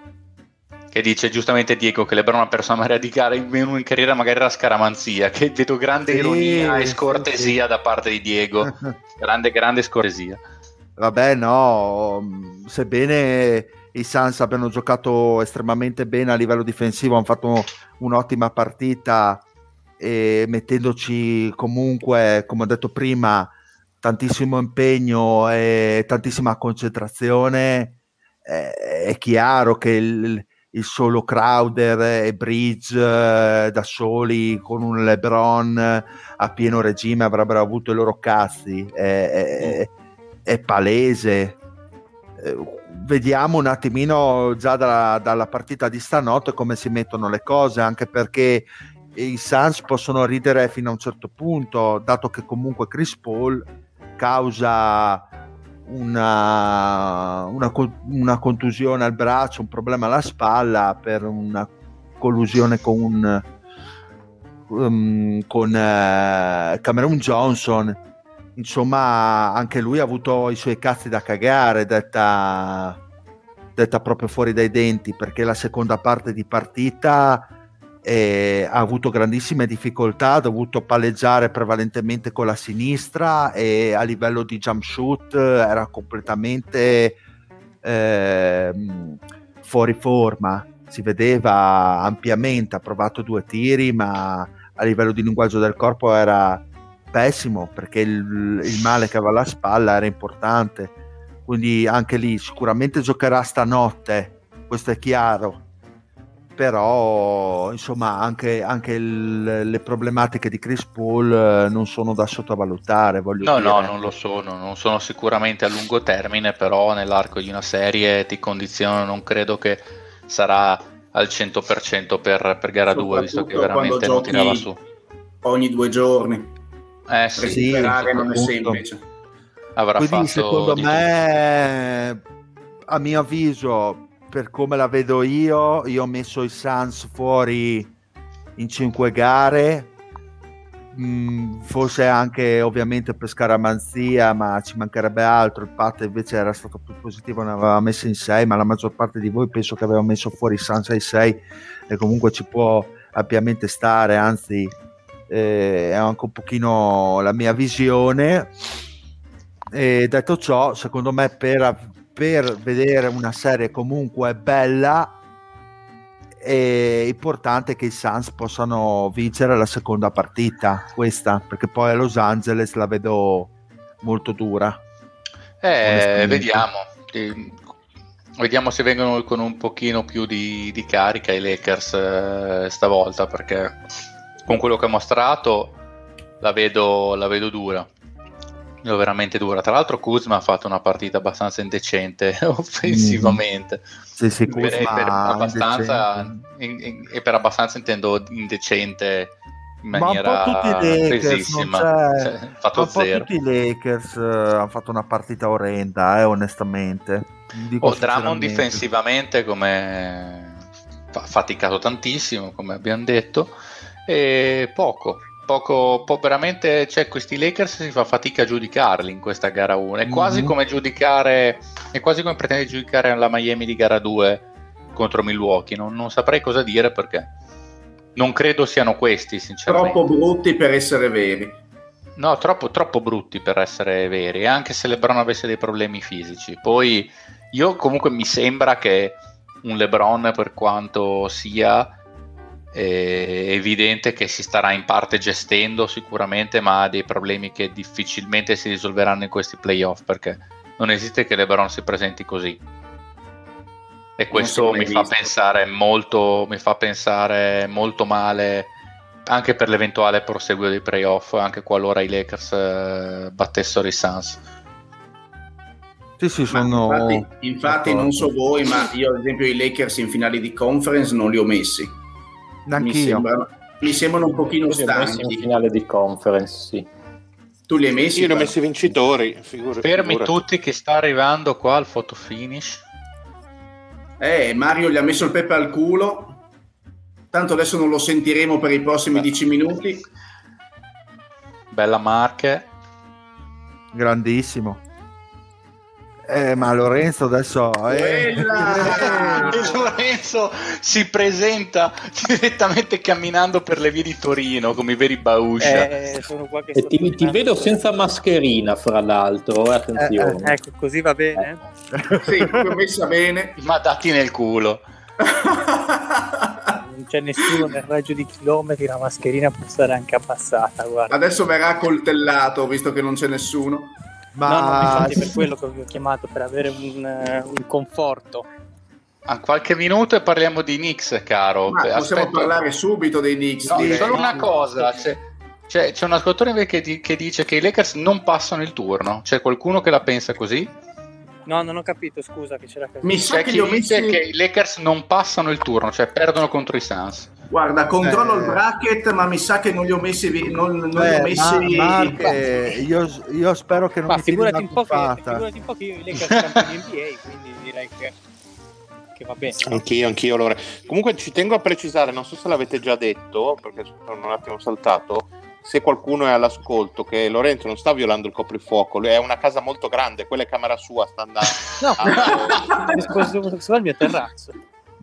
che dice giustamente Diego che LeBron è una persona radicale in, in carriera magari era scaramanzia, che vedo grande sì, ironia e scortesia sì. da parte di Diego, grande grande scortesia. Vabbè, no, sebbene i Suns abbiano giocato estremamente bene a livello difensivo, hanno fatto un'ottima partita, e mettendoci comunque, come ho detto prima, tantissimo impegno e tantissima concentrazione, eh, è chiaro che il, il solo Crowder e Bridge eh, da soli con un LeBron a pieno regime avrebbero avuto i loro cazzi, è, è, è palese. Eh, vediamo un attimino già dalla, dalla partita di stanotte come si mettono le cose, anche perché i Suns possono ridere fino a un certo punto, dato che comunque Chris Paul causa una, una, una contusione al braccio, un problema alla spalla per una collusione con un, um, con uh, Cameron Johnson, insomma anche lui ha avuto i suoi cazzi da cagare, detta, detta proprio fuori dai denti, perché la seconda parte di partita eh, ha avuto grandissime difficoltà, ha dovuto palleggiare prevalentemente con la sinistra e a livello di jump shoot era completamente eh, fuori forma, si vedeva ampiamente, ha provato due tiri ma a livello di linguaggio del corpo era pessimo, perché il, il male che aveva alla spalla era importante, quindi anche lì sicuramente giocherà stanotte, questo è chiaro, però insomma anche, anche il, le problematiche di Chris Paul eh, non sono da sottovalutare, voglio no dire. no non lo sono, non sono sicuramente a lungo termine, però nell'arco di una serie ti condizionano, non credo che sarà al cento per cento per, per gara due, visto che veramente non tirava su ogni due giorni. Eh sì, sì, non è semplice. Avrà quindi fatto secondo di me tutto. A mio avviso, per come la vedo io, io ho messo i Suns fuori in cinque gare, mm, forse anche ovviamente per scaramanzia, ma ci mancherebbe altro. Il Pat invece era stato più positivo, ne aveva messo in sei, ma la maggior parte di voi penso che aveva messo fuori i Suns ai sei e comunque ci può ampiamente stare, anzi eh, è anche un pochino la mia visione. E detto ciò, secondo me per, per vedere una serie comunque bella è importante che i Suns possano vincere la seconda partita, questa, perché poi a Los Angeles la vedo molto dura. Eh, vediamo eh, vediamo se vengono con un pochino più di, di carica i Lakers eh, stavolta, perché con quello che ha mostrato la vedo, la vedo dura, veramente dura. Tra l'altro Kuzma ha fatto una partita abbastanza indecente offensivamente. Mm. Sì, sì, Kuzma e, per abbastanza, in, in, e per abbastanza intendo indecente in maniera ma un po' tutti i Lakers, pesissima, cioè, fatto un po' zero. tutti i Lakers uh, hanno fatto una partita orrenda, eh, onestamente. Dico oh, Drummond difensivamente come ha faticato tantissimo, come abbiamo detto, e poco Poco, po- veramente, cioè, questi Lakers si fa fatica a giudicarli in questa gara uno. È quasi mm-hmm. come giudicare, è quasi come pretendere di giudicare la Miami di gara due contro Milwaukee. Non, non saprei cosa dire, perché non credo siano questi, sinceramente. Troppo brutti per essere veri. No, troppo, troppo brutti per essere veri, anche se LeBron avesse dei problemi fisici. Poi io comunque mi sembra che un LeBron, per quanto sia è evidente che si starà in parte gestendo sicuramente, ma ha dei problemi che difficilmente si risolveranno in questi playoff, perché non esiste che LeBron si presenti così, e questo mi fa pensare molto mi fa pensare molto male anche per l'eventuale proseguo dei playoff, anche qualora i Lakers eh, battessero i Suns. Sì, sì, sono... infatti, infatti non so voi, ma io ad esempio i Lakers in finali di conference non li ho messi. Mi sembrano, mi sembrano un pochino io stanchi. In finale di conference, sì. Tu li hai messi? Io li ho messi vincitori. Figure, Fermi figure. tutti che sta arrivando qua il photo finish. Eh, Mario gli ha messo il pepe al culo. Tanto adesso non lo sentiremo per i prossimi dieci minuti. Bella Marche. Grandissimo. Eh, ma Lorenzo adesso eh. Lorenzo si presenta direttamente camminando per le vie di Torino come i veri Bauscia. Eh, sono qua che e ti, ti vedo senza mascherina, fra l'altro, eh, attenzione. Eh, eh, ecco, così va bene? Sì, l'ho messa bene. Ma dati nel culo. Non c'è nessuno nel raggio di chilometri, la mascherina può stare anche abbassata, guarda. Adesso verrà coltellato, visto che non c'è nessuno. Ma no, no, infatti è per quello che vi ho chiamato, per avere un, uh, un conforto. A qualche minuto e parliamo di Knicks, caro. Ma possiamo Aspetta. parlare subito dei Knicks. No, direi. solo una cosa, c'è, c'è, c'è un ascoltatore che, di, che dice che i Lakers non passano il turno. C'è qualcuno che la pensa così? No, non ho capito, scusa che c'era capito. Mi sa C'è che chi li ho dice messi... che i Lakers non passano il turno, cioè perdono contro i Suns. Guarda, controllo Eh. il bracket, ma mi sa che non li ho messi vi- non, non li ho Eh, messi ma- Mark, eh, io, io spero che non Ma mi tiri figurati una un, po che, tuffata. figurati un po' che io i Lakers campioni N B A, quindi direi che, che va bene. Anch'io, anch'io allora. Comunque ci tengo a precisare, non so se l'avete già detto, perché sono un attimo saltato, se qualcuno è all'ascolto, che Lorenzo non sta violando il coprifuoco, lui è una casa molto grande, quella è camera sua, sta andando. No, a disposizione del mio terrazzo.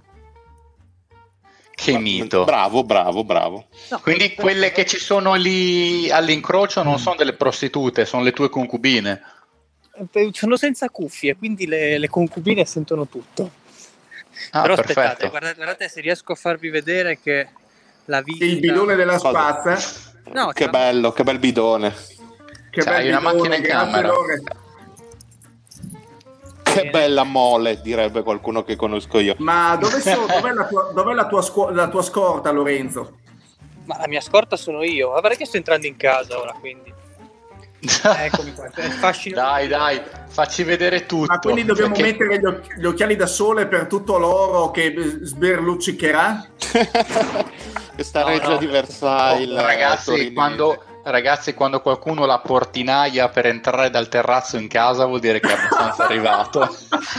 Che mito. Bravo, bravo, bravo. No, Quindi quelle che ci sono lì all'incrocio non sono delle prostitute, sono le tue concubine. Sono senza cuffie, quindi le, le concubine sentono tutto. Ah, Però perfetto. aspettate, guardate, guardate se riesco a farvi vedere che la vita... Il bidone della spazza. No, Che cioè, bello, che bel bidone. Che Cioè, bel hai una bidone, macchina in grazie, camera. Lore. Che Bene. bella mole, direbbe qualcuno che conosco io. Ma dove so- dov'è, la tua, dov'è la, tua scu- la tua scorta, Lorenzo? ma la mia scorta sono io. Ma perché sto entrando in casa ora, quindi? Eccomi qua, è il fascino. Dai, dai, facci vedere tutto. Ma quindi dobbiamo Perché- mettere gli, oc- gli occhiali da sole per tutto l'oro che b- sberluccicherà? Questa No, reggia no. di Versailles. Oh, ragazzi, torinese. quando, ragazzi, quando qualcuno la portinaia per entrare dal terrazzo in casa vuol dire che è abbastanza arrivato.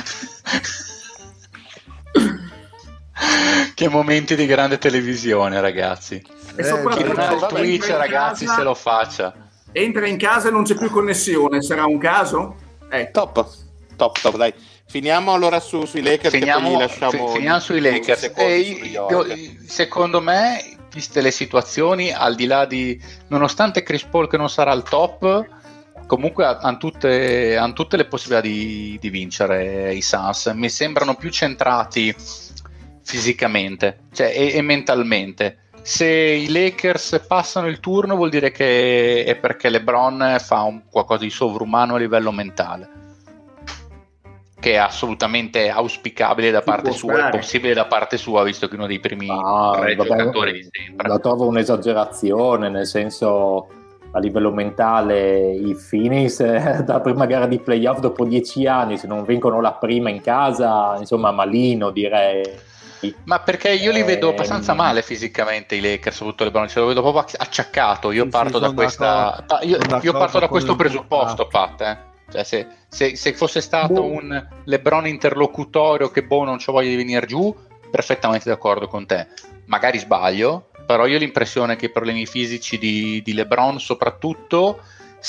Che momenti di grande televisione, ragazzi. E Eh, Chi soprattutto non ha il entra Twitch, in ragazzi, casa- se lo faccia. Entra in casa e non c'è più connessione, sarà un caso? Ecco. Top, top, top, dai. Finiamo allora su, sui Lakers e poi Finiamo, li lasciamo fi- finiamo sui Lakers. secondi E sugli io- Hornets. secondo me, viste le situazioni, al di là di, nonostante Chris Paul che non sarà al top, comunque hanno tutte, han tutte le possibilità di, di vincere i Suns. Mi sembrano più centrati fisicamente, cioè, e, e mentalmente. Se i Lakers passano il turno vuol dire che è perché LeBron fa un qualcosa di sovrumano a livello mentale, che è assolutamente auspicabile da Ci parte può sua, è stare. possibile da parte sua, visto che è uno dei primi Ah, tre vabbè, giocatori di sempre. La trovo un'esagerazione, nel senso, a livello mentale i Phoenix eh, dalla prima gara di playoff dopo dieci anni, se non vincono la prima in casa, insomma malino, direi. Ma perché io li vedo Ehm, abbastanza male fisicamente i Lakers, soprattutto LeBron, ce lo vedo proprio acciaccato. Io Sì, parto sì, da sono questa d'accordo. pa- io, Sono io d'accordo parto da con questo il presupposto, fatto. Pat, eh. Cioè, se, se, se fosse stato Boh. un LeBron interlocutorio che boh non c'ho voglia di venire giù, perfettamente d'accordo con te. Magari sbaglio, però io ho l'impressione che i problemi fisici di, di LeBron soprattutto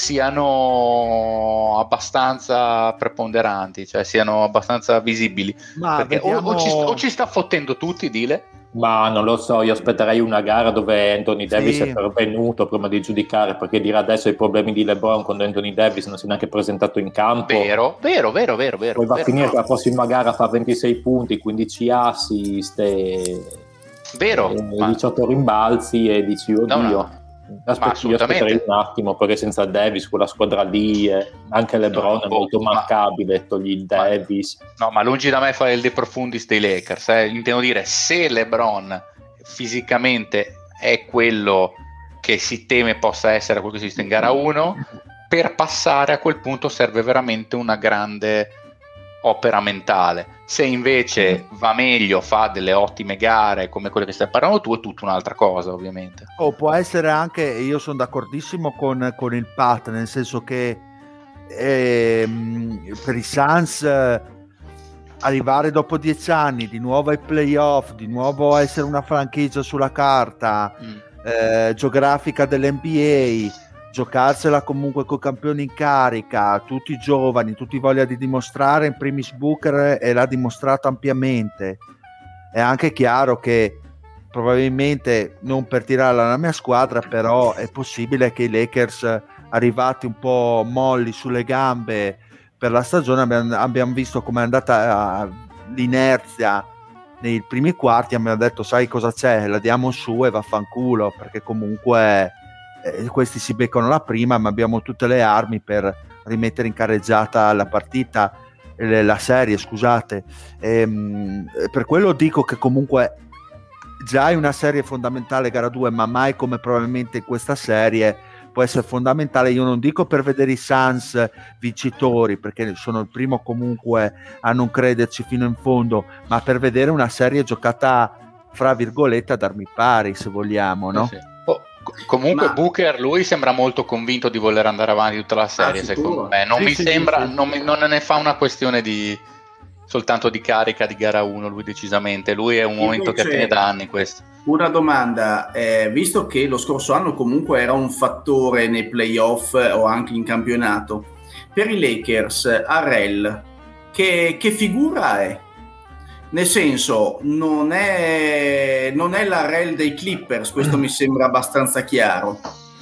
siano abbastanza preponderanti, cioè siano abbastanza visibili. Ma Perché o- vediamo... o, ci, o ci sta fottendo tutti, dile. Ma non lo so, io aspetterei una gara dove Anthony Davis Sì. è pervenuto prima di giudicare, perché dire adesso i problemi di LeBron quando Anthony Davis non si è neanche presentato in campo. Vero, vero, vero, vero, vero. Poi va vero. a finire che la prossima gara fa ventisei punti, quindici assist e, Vero, e ma- diciotto rimbalzi e dici oddio. No, no. Aspetti- Ma io assolutamente. aspetterei un attimo perché senza Davis quella squadra lì eh, anche LeBron No, è boh, molto ma- marcabile, togli il ma- Davis. No, ma lungi da me fare il De Profundis dei Lakers, eh. Intendo dire, se LeBron fisicamente è quello che si teme possa essere quello che si viste in gara uno, per passare a quel punto serve veramente una grande opera mentale. Se invece va meglio, fa delle ottime gare come quelle che stai parlando tu, è tutta un'altra cosa, ovviamente. O può essere anche, io sono d'accordissimo con, con il Pat, nel senso che ehm, per i Suns eh, arrivare dopo dieci anni di nuovo ai playoff, di nuovo essere una franchigia sulla carta, Mm. eh, geografica dell'N B A, giocarsela comunque con campioni in carica, tutti giovani, tutti voglia di dimostrare, in primis Booker e l'ha dimostrato ampiamente. È anche chiaro che probabilmente, non per tirarla alla mia squadra, però è possibile che i Lakers, arrivati un po' molli sulle gambe per la stagione, abbiamo, abbiamo visto come è andata uh, l'inerzia nei primi quarti, abbiamo detto sai cosa c'è, la diamo su e vaffanculo, perché comunque eh, questi si beccano la prima, ma abbiamo tutte le armi per rimettere in carreggiata la partita, eh, la serie, scusate. Ehm, per quello dico che comunque già è una serie fondamentale gara due, ma mai come probabilmente in questa serie può essere fondamentale. Io non dico per vedere i Suns vincitori, perché sono il primo comunque a non crederci fino in fondo, ma per vedere una serie giocata fra virgolette ad armi pari, se vogliamo, no? Sì. Oh, co- comunque Ma- Booker, lui sembra molto convinto di voler andare avanti tutta la serie, Ah, secondo sicuro? me. Non Sì, mi sì, sembra, sì, sì. Non, mi- non ne fa una questione di soltanto di carica di gara uno, lui decisamente, lui è un Invece, momento che tiene da anni questo. Una domanda, eh, visto che lo scorso anno comunque era un fattore nei playoff o anche in campionato, per i Lakers Harrell che, che figura è? Nel senso, non è, non è l'Harrell dei Clippers, questo mi sembra abbastanza chiaro.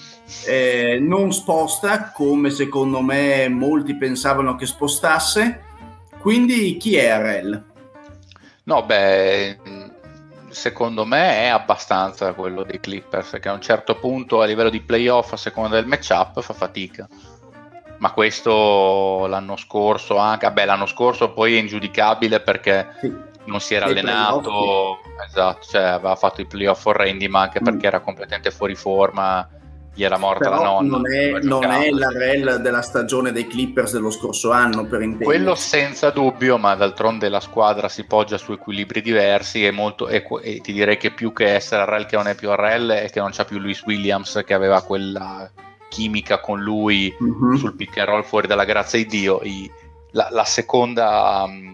Eh, non sposta come secondo me molti pensavano che spostasse, quindi chi è Harrell? No, beh, secondo me è abbastanza quello dei Clippers, che a un certo punto a livello di playoff, a seconda del matchup, fa fatica. Ma questo l'anno scorso anche, vabbè, l'anno scorso poi è ingiudicabile perché sì, non si era nei allenato, playoff. Esatto, cioè aveva fatto i playoff orrendi, ma anche perché mm. era completamente fuori forma, gli era morta Però la nonna. non è, non è l'Harrell della stagione dei Clippers dello scorso anno, per intendere. Quello senza dubbio, ma d'altronde la squadra si poggia su equilibri diversi e, molto, e, e ti direi che più che essere Harrell che non è più Harrell è che non c'ha più Luis Williams che aveva quella chimica con lui mm-hmm. sul pick and roll fuori dalla grazia di Dio. I, la, la seconda um,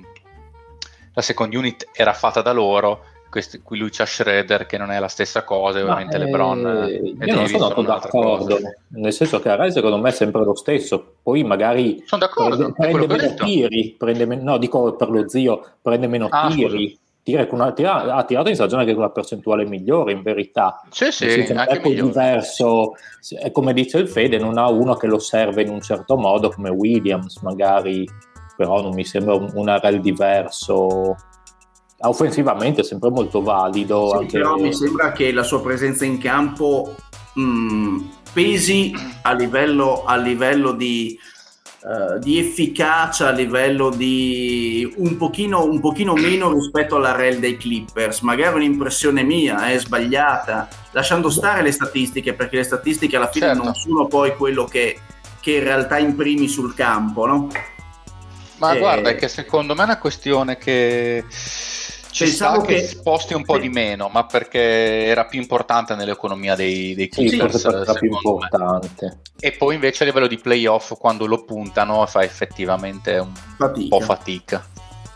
la second unit era fatta da loro. Questi, qui lui c'ha Schroeder che non è la stessa cosa, ovviamente Ma, LeBron eh, io non sono d'accordo, nel senso che Harrell secondo me è sempre lo stesso, poi magari sono d'accordo, prende, prende meno tiri, prende men- no dico per lo zio, prende meno ah, tiri, tira con una, tira, ha tirato in stagione che con una percentuale migliore in verità, sì sì, senso, anche è diverso, è come dice il Fede, non ha uno che lo serve in un certo modo come Williams magari, però non mi sembra un, un Harrell diverso. Offensivamente è sempre molto valido. Sì, anche... però mi sembra che la sua presenza in campo mh, pesi a livello, a livello di, uh, di efficacia, a livello di un pochino, un pochino meno rispetto all'Harrell dei Clippers. Magari un'impressione mia è sbagliata, lasciando stare le statistiche, perché le statistiche alla fine certo. non sono poi quello che, che in realtà imprimi sul campo, no? Ma e... guarda, è che secondo me è una questione che ci sta che, che sposti un po' sì. di meno, ma perché era più importante nell'economia dei, dei Clippers, sì, era più importante. Me. E poi invece a livello di playoff, quando lo puntano, fa effettivamente un fatica. po' fatica.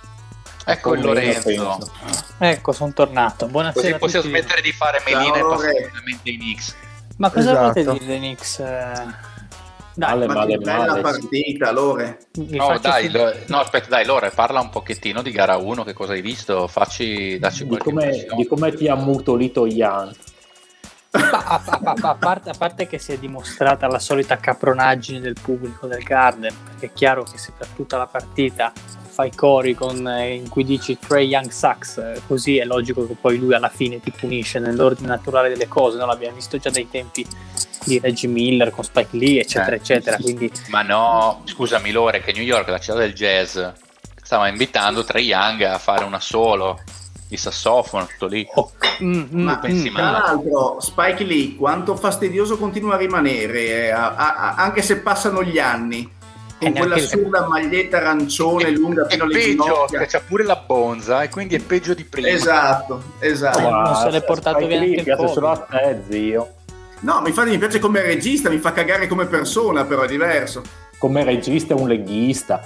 Ecco il Lorenzo. Ecco, sono tornato. Buonasera. Così possiamo smettere di fare meline e passare direttamente ai Knicks. Ma cosa esatto. volete dire dei Knicks? Dai, male, ma male, che bella male, partita, sì. Lore. No, dai, lo, no, aspetta, dai, Lore, parla un pochettino di gara uno, che cosa hai visto? Facci, dacci di come, di come ti ha ammutolito Ian. A, a, a, a, parte, a parte che si è dimostrata la solita capronaggine del pubblico del Garden, perché è chiaro che se per tutta la partita fai cori con, eh, in cui dici Trae Young sucks, eh, così è logico che poi lui alla fine ti punisce nell'ordine naturale delle cose, no? L'abbiamo visto già dai tempi di Reggie Miller con Spike Lee eccetera eh, eccetera, quindi... ma no, scusami Lore, che New York, la città del jazz, stava invitando Trae Young a fare una solo di sassofono, tutto lì. Oh. Mm, ma mm, tra l'altro Spike Lee quanto fastidioso continua a rimanere, eh, a, a, anche se passano gli anni, con quella assurda maglietta arancione lunga fino alle ginocchia, c'ha pure la bonza e quindi è peggio di prima. Esatto, esatto. Oh, non se l'è portato via neanche il piace solo a te, zio. No, infatti mi piace come regista, mi fa cagare come persona, però è diverso. Come regista è un leghista.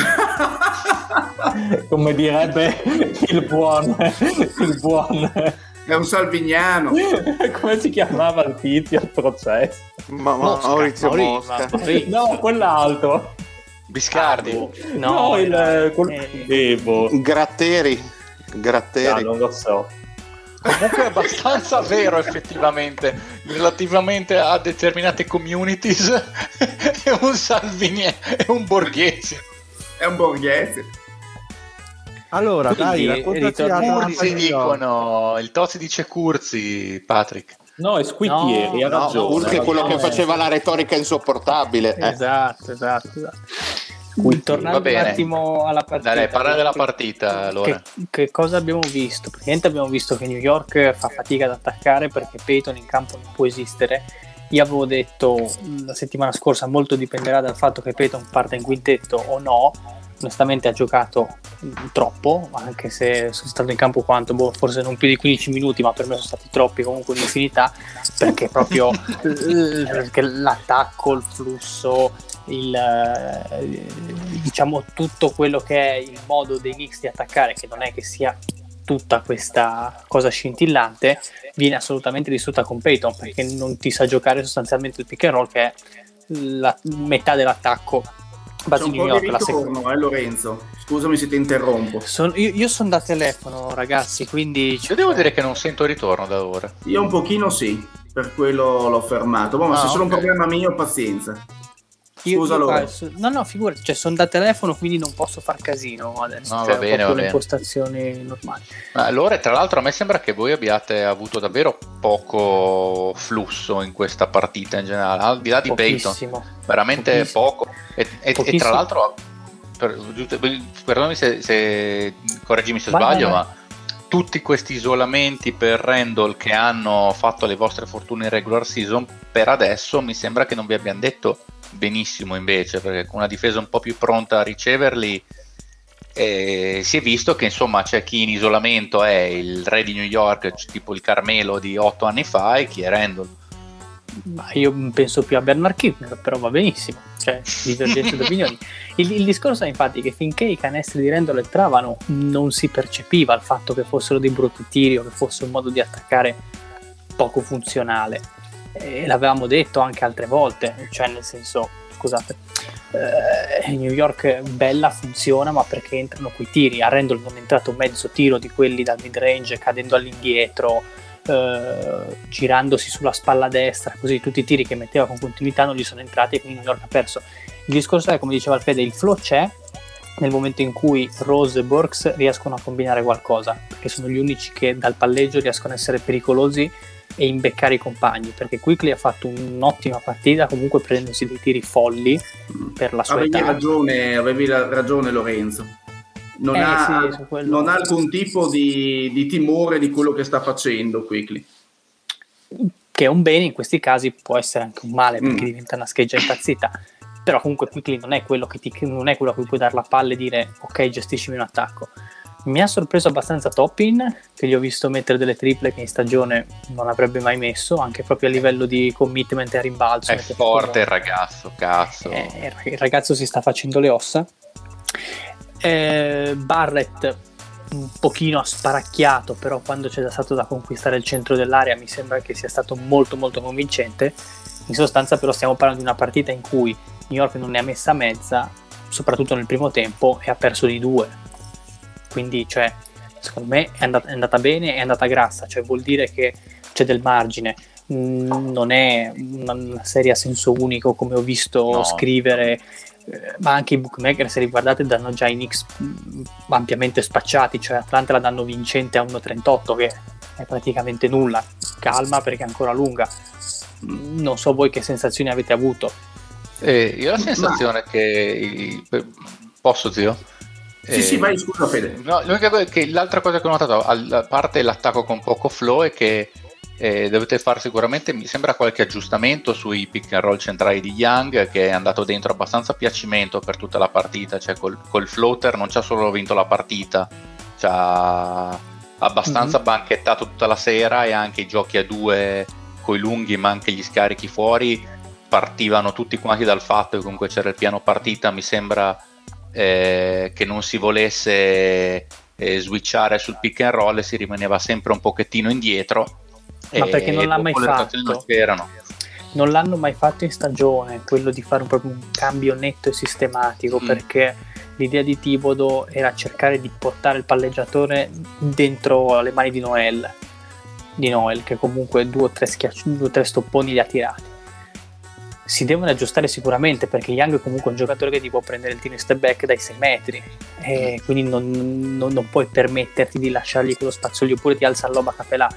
Come direbbe il buon il buon è un salviniano. Come si chiamava il tizio al processo? Ma, ma Mosca, Maurizio Mosca. Maurizio. No, quell'altro Biscardi. Ah, no, no, il quel... eh. Gratteri Gratteri no, non lo so. Comunque è abbastanza vero effettivamente relativamente a determinate communities. È un Salvini, è un Borghese, è un Borghese. Allora dai, raccontaci la Curzi dicono, il Tozzi dice Curzi, Patrick. No, è Squittieri, ha ragione. No, Curzi è quello che faceva la retorica insopportabile. Eh. Esatto, esatto, esatto. Tornando un attimo alla partita, dai, parla della partita allora. Che, che cosa abbiamo visto? Praticamente abbiamo visto che New York fa fatica ad attaccare perché Peyton in campo non può esistere. Io avevo detto la settimana scorsa molto dipenderà dal fatto che Peyton parta in quintetto o no. Onestamente ha giocato troppo, anche se sono stato in campo quanto, boh, forse non più di quindici minuti, ma per me sono stati troppi, comunque un'infinità, perché proprio perché l'attacco, il flusso, il eh, diciamo tutto quello che è il modo dei Knicks di attaccare, che non è che sia tutta questa cosa scintillante, viene assolutamente distrutta con Peyton, perché non ti sa giocare sostanzialmente il pick and roll, che è la metà dell'attacco base C'è un di New po' York. di La ritorno, sec- eh, Lorenzo. Scusami se ti interrompo. Son- io, io sono da telefono, ragazzi, quindi Io devo dire che non sento ritorno da ora. Io un pochino sì, per quello l'ho fermato. Boh, ma Ah, se è solo ok. un problema mio, pazienza. Io- Scusa io- Lorenzo. no no figurati, cioè sono da telefono, quindi non posso far casino adesso. No, cioè, va bene, proprio va le bene. impostazioni normali. Allora, tra l'altro, a me sembra che voi abbiate avuto davvero poco flusso in questa partita in generale, al di là di Peyton, Pochissimo. veramente Pochissimo. poco. E, e- e Pochissimo. tra l'altro, per, giusto- perdonami se, se correggimi se Vai, sbaglio, vai, ma tutti questi isolamenti per Randall che hanno fatto le vostre fortune in regular season, per adesso mi sembra che non vi abbiano detto benissimo, invece, perché con una difesa un po' più pronta a riceverli, eh, si è visto che insomma c'è chi in isolamento è il re di New York, c- tipo il Carmelo di otto anni fa, e chi è Randall. Ma io penso più a Bernard Kipner, però va benissimo, cioè divergenze di opinioni. Il, il discorso è infatti che finché i canestri di Randall entravano non si percepiva il fatto che fossero dei brutti tiri o che fosse un modo di attaccare poco funzionale. E l'avevamo detto anche altre volte, cioè nel senso, scusate, eh, New York bella funziona, ma perché entrano quei tiri. A Randall non è entrato mezzo tiro di quelli dal mid range cadendo all'indietro, eh, girandosi sulla spalla destra, così tutti i tiri che metteva con continuità non gli sono entrati e quindi New York ha perso. Il discorso è, come diceva il Fede, il flow c'è nel momento in cui Rose e Burks riescono a combinare qualcosa, perché sono gli unici che dal palleggio riescono a essere pericolosi e imbeccare i compagni, perché Quickley ha fatto un'ottima partita comunque prendendosi dei tiri folli per la sua Avevi età. ragione, avevi la- ragione Lorenzo. Non, Eh, ha, sì, su quello- non ha alcun tipo di, di timore di quello che sta facendo Quickly. Che è un bene, in questi casi può essere anche un male, perché Mm. diventa una scheggia impazzita. Però comunque Quickly non è quello che ti, non è quello a cui puoi dare la palla e dire ok, gestiscimi un attacco. Mi ha sorpreso abbastanza Toppin, che gli ho visto mettere delle triple che in stagione non avrebbe mai messo, anche proprio a livello di commitment e a rimbalzo. È Perché forte il come- ragazzo, cazzo. Eh, il ragazzo si sta facendo le ossa. Eh, Barrett un pochino sparacchiato, però quando c'è stato da conquistare il centro dell'area mi sembra che sia stato molto molto convincente. In sostanza però stiamo parlando di una partita in cui New York non ne ha messa mezza, soprattutto nel primo tempo, e ha perso di due. Quindi, cioè, secondo me è andata, è andata bene, è andata grassa, cioè vuol dire che c'è del margine. Mm, non è una, una serie a senso unico come ho visto No. scrivere, eh, ma anche i bookmaker, se li guardate, danno già i Knicks mm, ampiamente spacciati, cioè Atlanta la danno vincente a uno virgola trentotto, che è praticamente nulla. Calma, perché è ancora lunga. Mm, non so voi che sensazioni avete avuto. Eh, io ho la sensazione che posso, zio? Sì, Eh, sì, vai, scusa Fede. No, l'unica cosa che l'altra cosa che ho notato, a parte l'attacco con poco flow, è che eh, dovete fare sicuramente, mi sembra, qualche aggiustamento sui pick and roll centrali di Young, che è andato dentro abbastanza a piacimento per tutta la partita, cioè col, col floater non ci ha solo vinto la partita, ci ha abbastanza Mhm. banchettato tutta la sera, e anche i giochi a due coi lunghi, ma anche gli scarichi fuori partivano tutti quanti dal fatto che comunque c'era il piano partita. Mi sembra eh, che non si volesse eh, switchare sul pick and roll e si rimaneva sempre un pochettino indietro. Ma e perché non l'ha mai dopo le rotazioni fatto? non c'erano. Non l'hanno mai fatto in stagione, quello di fare un, proprio un cambio netto e sistematico, Mm. perché l'idea di Thibodeau era cercare di portare il palleggiatore dentro le mani di Noel, di Noel che comunque due o tre, schiacci- due o tre stopponi li ha tirati. Si devono aggiustare sicuramente, perché Young è comunque un giocatore che ti può prendere il tiro in step back dai sei metri, e quindi non, non- non puoi permetterti di lasciargli quello spazio lì, oppure ti alza il lob a capelà.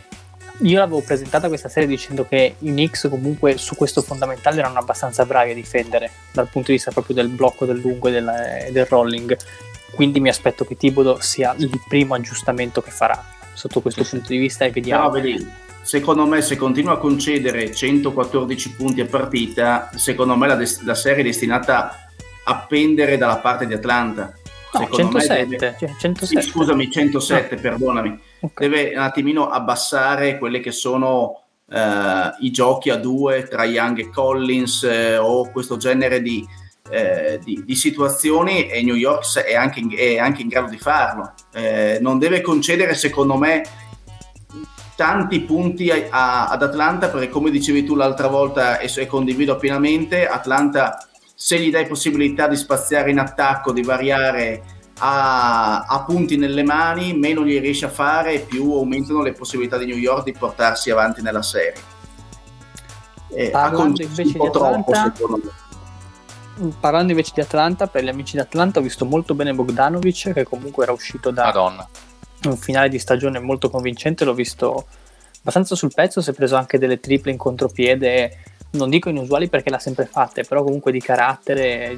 Io l'avevo presentata questa serie dicendo che i Knicks comunque su questo fondamentale erano abbastanza bravi a difendere dal punto di vista proprio del blocco, del lungo e del, e del rolling, quindi mi aspetto che Thibodeau sia il primo aggiustamento che farà sotto questo punto di vista, e vediamo. Però vedi, secondo me se continua a concedere centoquattordici punti a partita, secondo me la, des- la serie è destinata a pendere dalla parte di Atlanta. No, Secondo me centosette, deve- cioè centosette. Sì, scusami, centosette, perdonami. Ok. Deve un attimino abbassare quelle che sono eh, i giochi a due tra Young e Collins eh, o questo genere di, eh, di, di situazioni, e New York è anche in, è anche in grado di farlo. Eh, non deve concedere, secondo me, tanti punti a, a, ad Atlanta, perché come dicevi tu l'altra volta, e, e condivido pienamente, Atlanta, se gli dai possibilità di spaziare in attacco, di variare a, a punti nelle mani, meno gli riesce a fare e più aumentano le possibilità di New York di portarsi avanti nella serie. Eh, parlando invece di Atlanta, troppo, parlando invece di Atlanta, per gli amici di Atlanta ho visto molto bene Bogdanovic, che comunque era uscito da Madonna. un finale di stagione molto convincente, l'ho visto abbastanza sul pezzo, si è preso anche delle triple in contropiede, non dico inusuali perché l'ha sempre fatte, però comunque di carattere,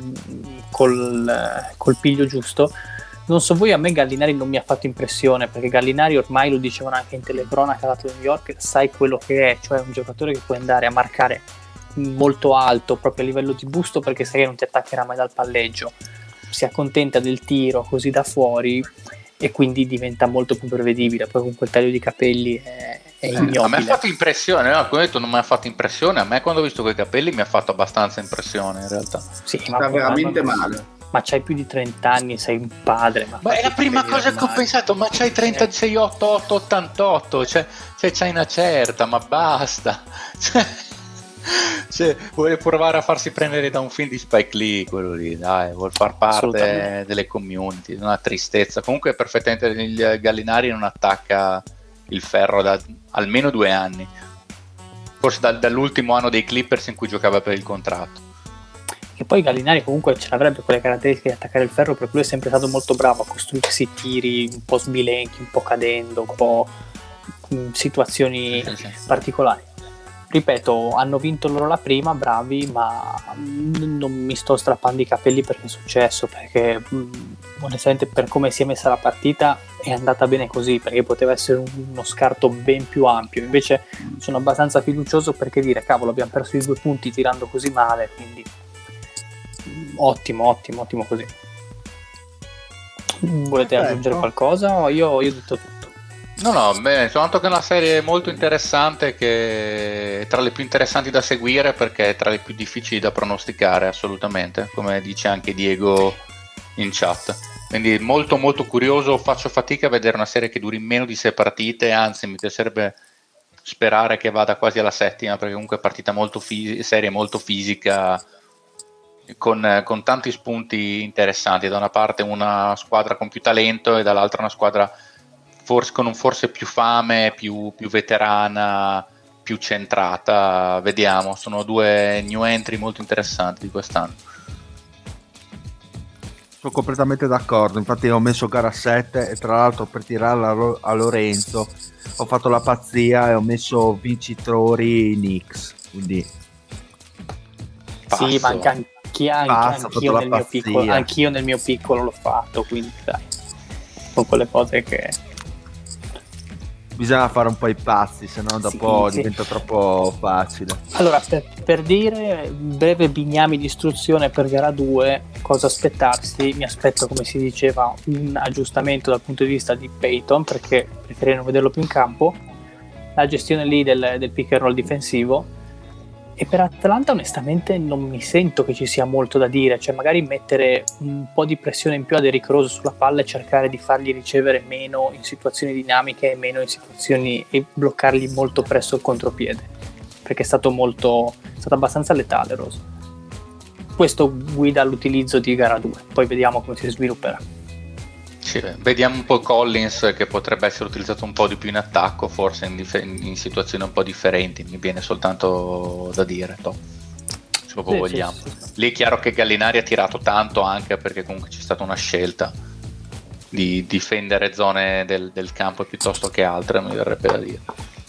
col, col piglio giusto. Non so voi, a me Gallinari non mi ha fatto impressione, perché Gallinari ormai, lo dicevano anche in telecronaca dato New York, sai quello che è, cioè un giocatore che può andare a marcare molto alto proprio a livello di busto, perché sai che non ti attaccherà mai dal palleggio, si accontenta del tiro così da fuori e quindi diventa molto più prevedibile. Poi con quel taglio di capelli è, è ignobile. A me ha fatto impressione, no? Come ho detto, non mi ha fatto impressione. A me quando ho visto quei capelli mi ha fatto abbastanza impressione in realtà. Sì, sta ma veramente ma, male. Ma c'hai più di trenta anni, sei un padre. Ma, ma è la prima cosa che ho pensato, ma c'hai trentasei, otto, otto, ottantotto, cioè, cioè c'hai una certa, ma basta. Cioè, cioè, vuole provare a farsi prendere da un film di Spike Lee, quello lì, dai, vuol far parte delle community, una tristezza. Comunque perfettamente il Gallinari non attacca il ferro da almeno due anni, forse da, dall'ultimo anno dei Clippers in cui giocava per il contratto. E poi Gallinari comunque ce l'avrebbe quelle caratteristiche di attaccare il ferro, perché lui è sempre stato molto bravo a costruirsi tiri un po' sbilenchi, un po' cadendo, un po' in situazioni sì, sì. particolari. Ripeto, hanno vinto loro la prima, bravi, ma non mi sto strappando i capelli perché è successo, perché onestamente per come si è messa la partita è andata bene così, perché poteva essere uno scarto ben più ampio. Invece sono abbastanza fiducioso, perché dire, cavolo, abbiamo perso i due punti tirando così male, quindi ottimo, ottimo, ottimo così. Volete Perfetto. aggiungere qualcosa? Io, io ho detto tutto. No, no, beh, soltanto che è una serie molto interessante, che è tra le più interessanti da seguire perché è tra le più difficili da pronosticare, assolutamente, come dice anche Diego in chat. Quindi molto molto curioso, faccio fatica a vedere una serie che duri meno di sei partite, anzi mi piacerebbe sperare che vada quasi alla settima, perché comunque è partita molto fisi- serie molto fisica, con, con tanti spunti interessanti, da una parte una squadra con più talento e dall'altra una squadra forse con un forse più fame, più, più veterana, più centrata. Vediamo, sono due new entry molto interessanti di quest'anno. Sono completamente d'accordo, infatti ho messo gara sette e tra l'altro per tirarla a Lorenzo ho fatto la pazzia e ho messo vincitori Knicks, quindi Passo. Sì, ma anche, anche, anche Passo, anch'io, nel mio piccolo, anch'io nel mio piccolo l'ho fatto, quindi dai, sono quelle cose che bisogna fare un po' i pazzi, se no dopo sì, diventa sì. troppo facile. Allora, per, per dire, breve bignami di istruzione per gara due, cosa aspettarsi? Mi aspetto, come si diceva, un aggiustamento dal punto di vista di Peyton, perché preferirei non vederlo più in campo, la gestione lì del, del pick and roll difensivo. E per Atlanta onestamente non mi sento che ci sia molto da dire, cioè magari mettere un po' di pressione in più a Derrick Rose sulla palla e cercare di fargli ricevere meno in situazioni dinamiche e meno in situazioni, e bloccargli molto presso il contropiede, perché è stato molto è stato abbastanza letale Rose. Questo guida l'utilizzo di gara due, poi vediamo come si svilupperà. Sì, vediamo un po' Collins, che potrebbe essere utilizzato un po' di più in attacco, forse in, dif- in situazioni un po' differenti, mi viene soltanto da dire, no? Se proprio sì, vogliamo. Sì, sì, sì. Lì è chiaro che Gallinari ha tirato tanto, anche perché comunque c'è stata una scelta di difendere zone del, del campo piuttosto che altre, mi verrebbe da dire.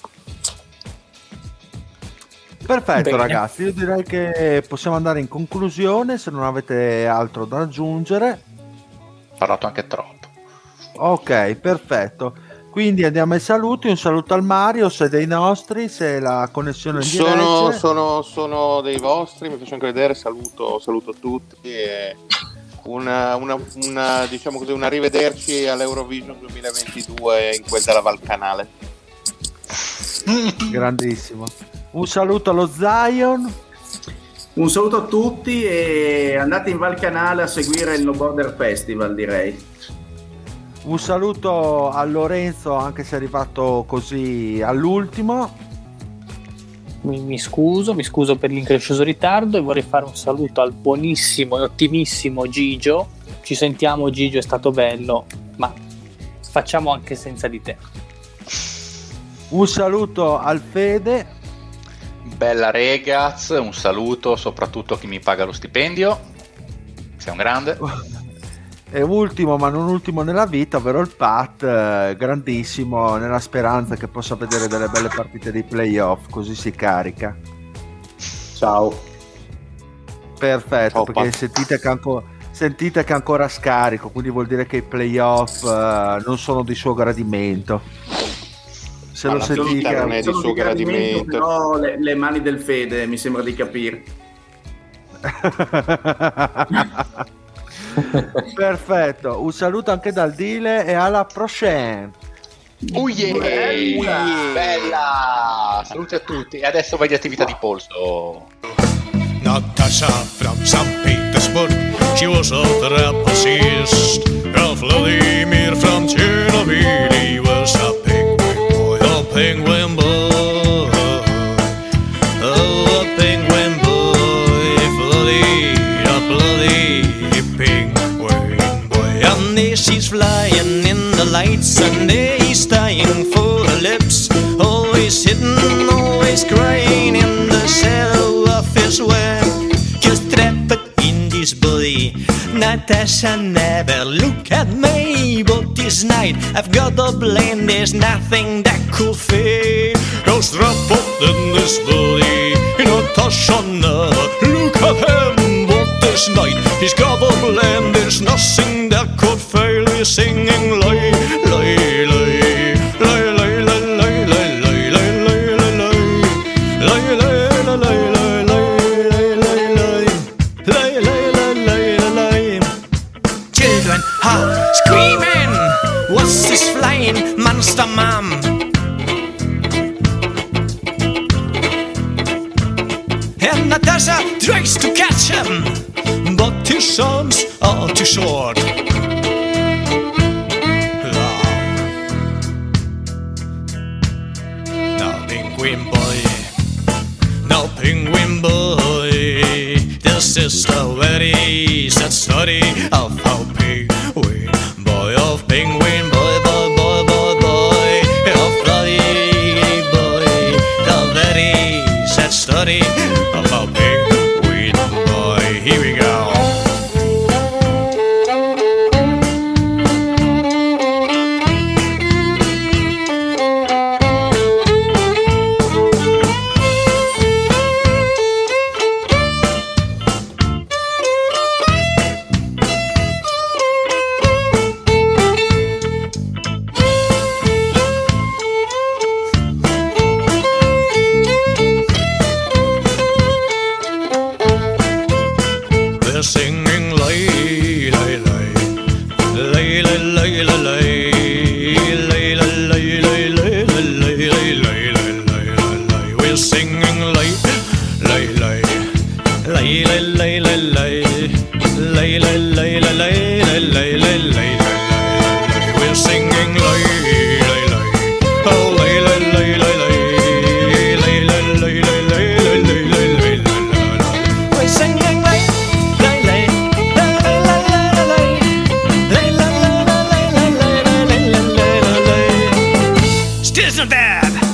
Perfetto. Bene. Ragazzi, io direi che possiamo andare in conclusione, se non avete altro da aggiungere. Ho parlato anche troppo. Ok, perfetto. Quindi andiamo ai saluti. Un saluto al Mario, se dei nostri, se la connessione è sono, sono, sono dei vostri, mi faccio anche vedere, saluto, saluto tutti e una, una, una, diciamo così, un arrivederci all'Eurovision duemilaventidue in quel della Val Canale. Grandissimo. Un saluto allo Zion. Un saluto a tutti e andate in Val Canale a seguire il No Border Festival, direi. Un saluto a Lorenzo, anche se è arrivato così all'ultimo. Mi, mi scuso, mi scuso per l'increscioso ritardo e vorrei fare un saluto al buonissimo e ottimissimo Gigio. Ci sentiamo Gigio, è stato bello, ma facciamo anche senza di te. Un saluto al Fede. Bella Regaz, un saluto soprattutto a chi mi paga lo stipendio. Sei un grande. E ultimo, ma non ultimo nella vita, ovvero il Pat, eh, grandissimo, nella speranza che possa vedere delle belle partite di playoff, così si carica. Ciao. Perfetto, Ciao, perché Pat. sentite che, ancora, sentite che è ancora scarico, quindi vuol dire che i playoff eh, non sono di suo gradimento. Se Ma lo la sentite... vita non è di Sono suo di gradimento, gradimento. però le, le mani del Fede, mi sembra di capire. Perfetto, un saluto anche dal Dile e alla prochaine. Oh yeah! Bella! Bella! Saluti a tutti. E adesso vai di attività di polso. Natasha from Saint Petersburg, she was a trapezist. Ralph Vladimir from Chernobyl, he was a penguin boy, a penguin boy. Oh, a penguin boy, bloody, a bloody penguin boy. And there she's flying in the lights, and there he's dying for her lips. Always hidden, always crying in the shadow of his web. Just trapped in this body. Natasha, never look at me. But this night I've got a blame. There's nothing that could fail. Just trapped in this body. Natasha, never look at him. But this night he's got a blame. There's nothing that could fail. He's singing lay, lay, lay, lay, lay, lay, lay, lay, lay, lay, lay, lay, lay, lay. Children are screaming. What's this flying monster, mom? And Natasha tries to catch him, but his arms are too short. Now, penguin boy, now penguin boy, this is the very sad story of how penguin boy, of penguin boy, boy, boy, boy, boy, of bloody boy, the very sad story of how penguin boy. Here we go. They're singing lay, lay, lay, lay, lay, lay, lay, lay, lay, lay, lay, lay, lay, lay, lay, lay, lay, lay. We're singing lay, lay, lay, lay, lay, lay, lay, lay, lay, lay, lay, lay, lay, lay, lay, lay. We're singing lay, lay, lay, oh lay, lay, lay, lay, lay, lay, lay, lay, lay, lay, lay, lay, lay, lay. We're singing lay. Still not bad.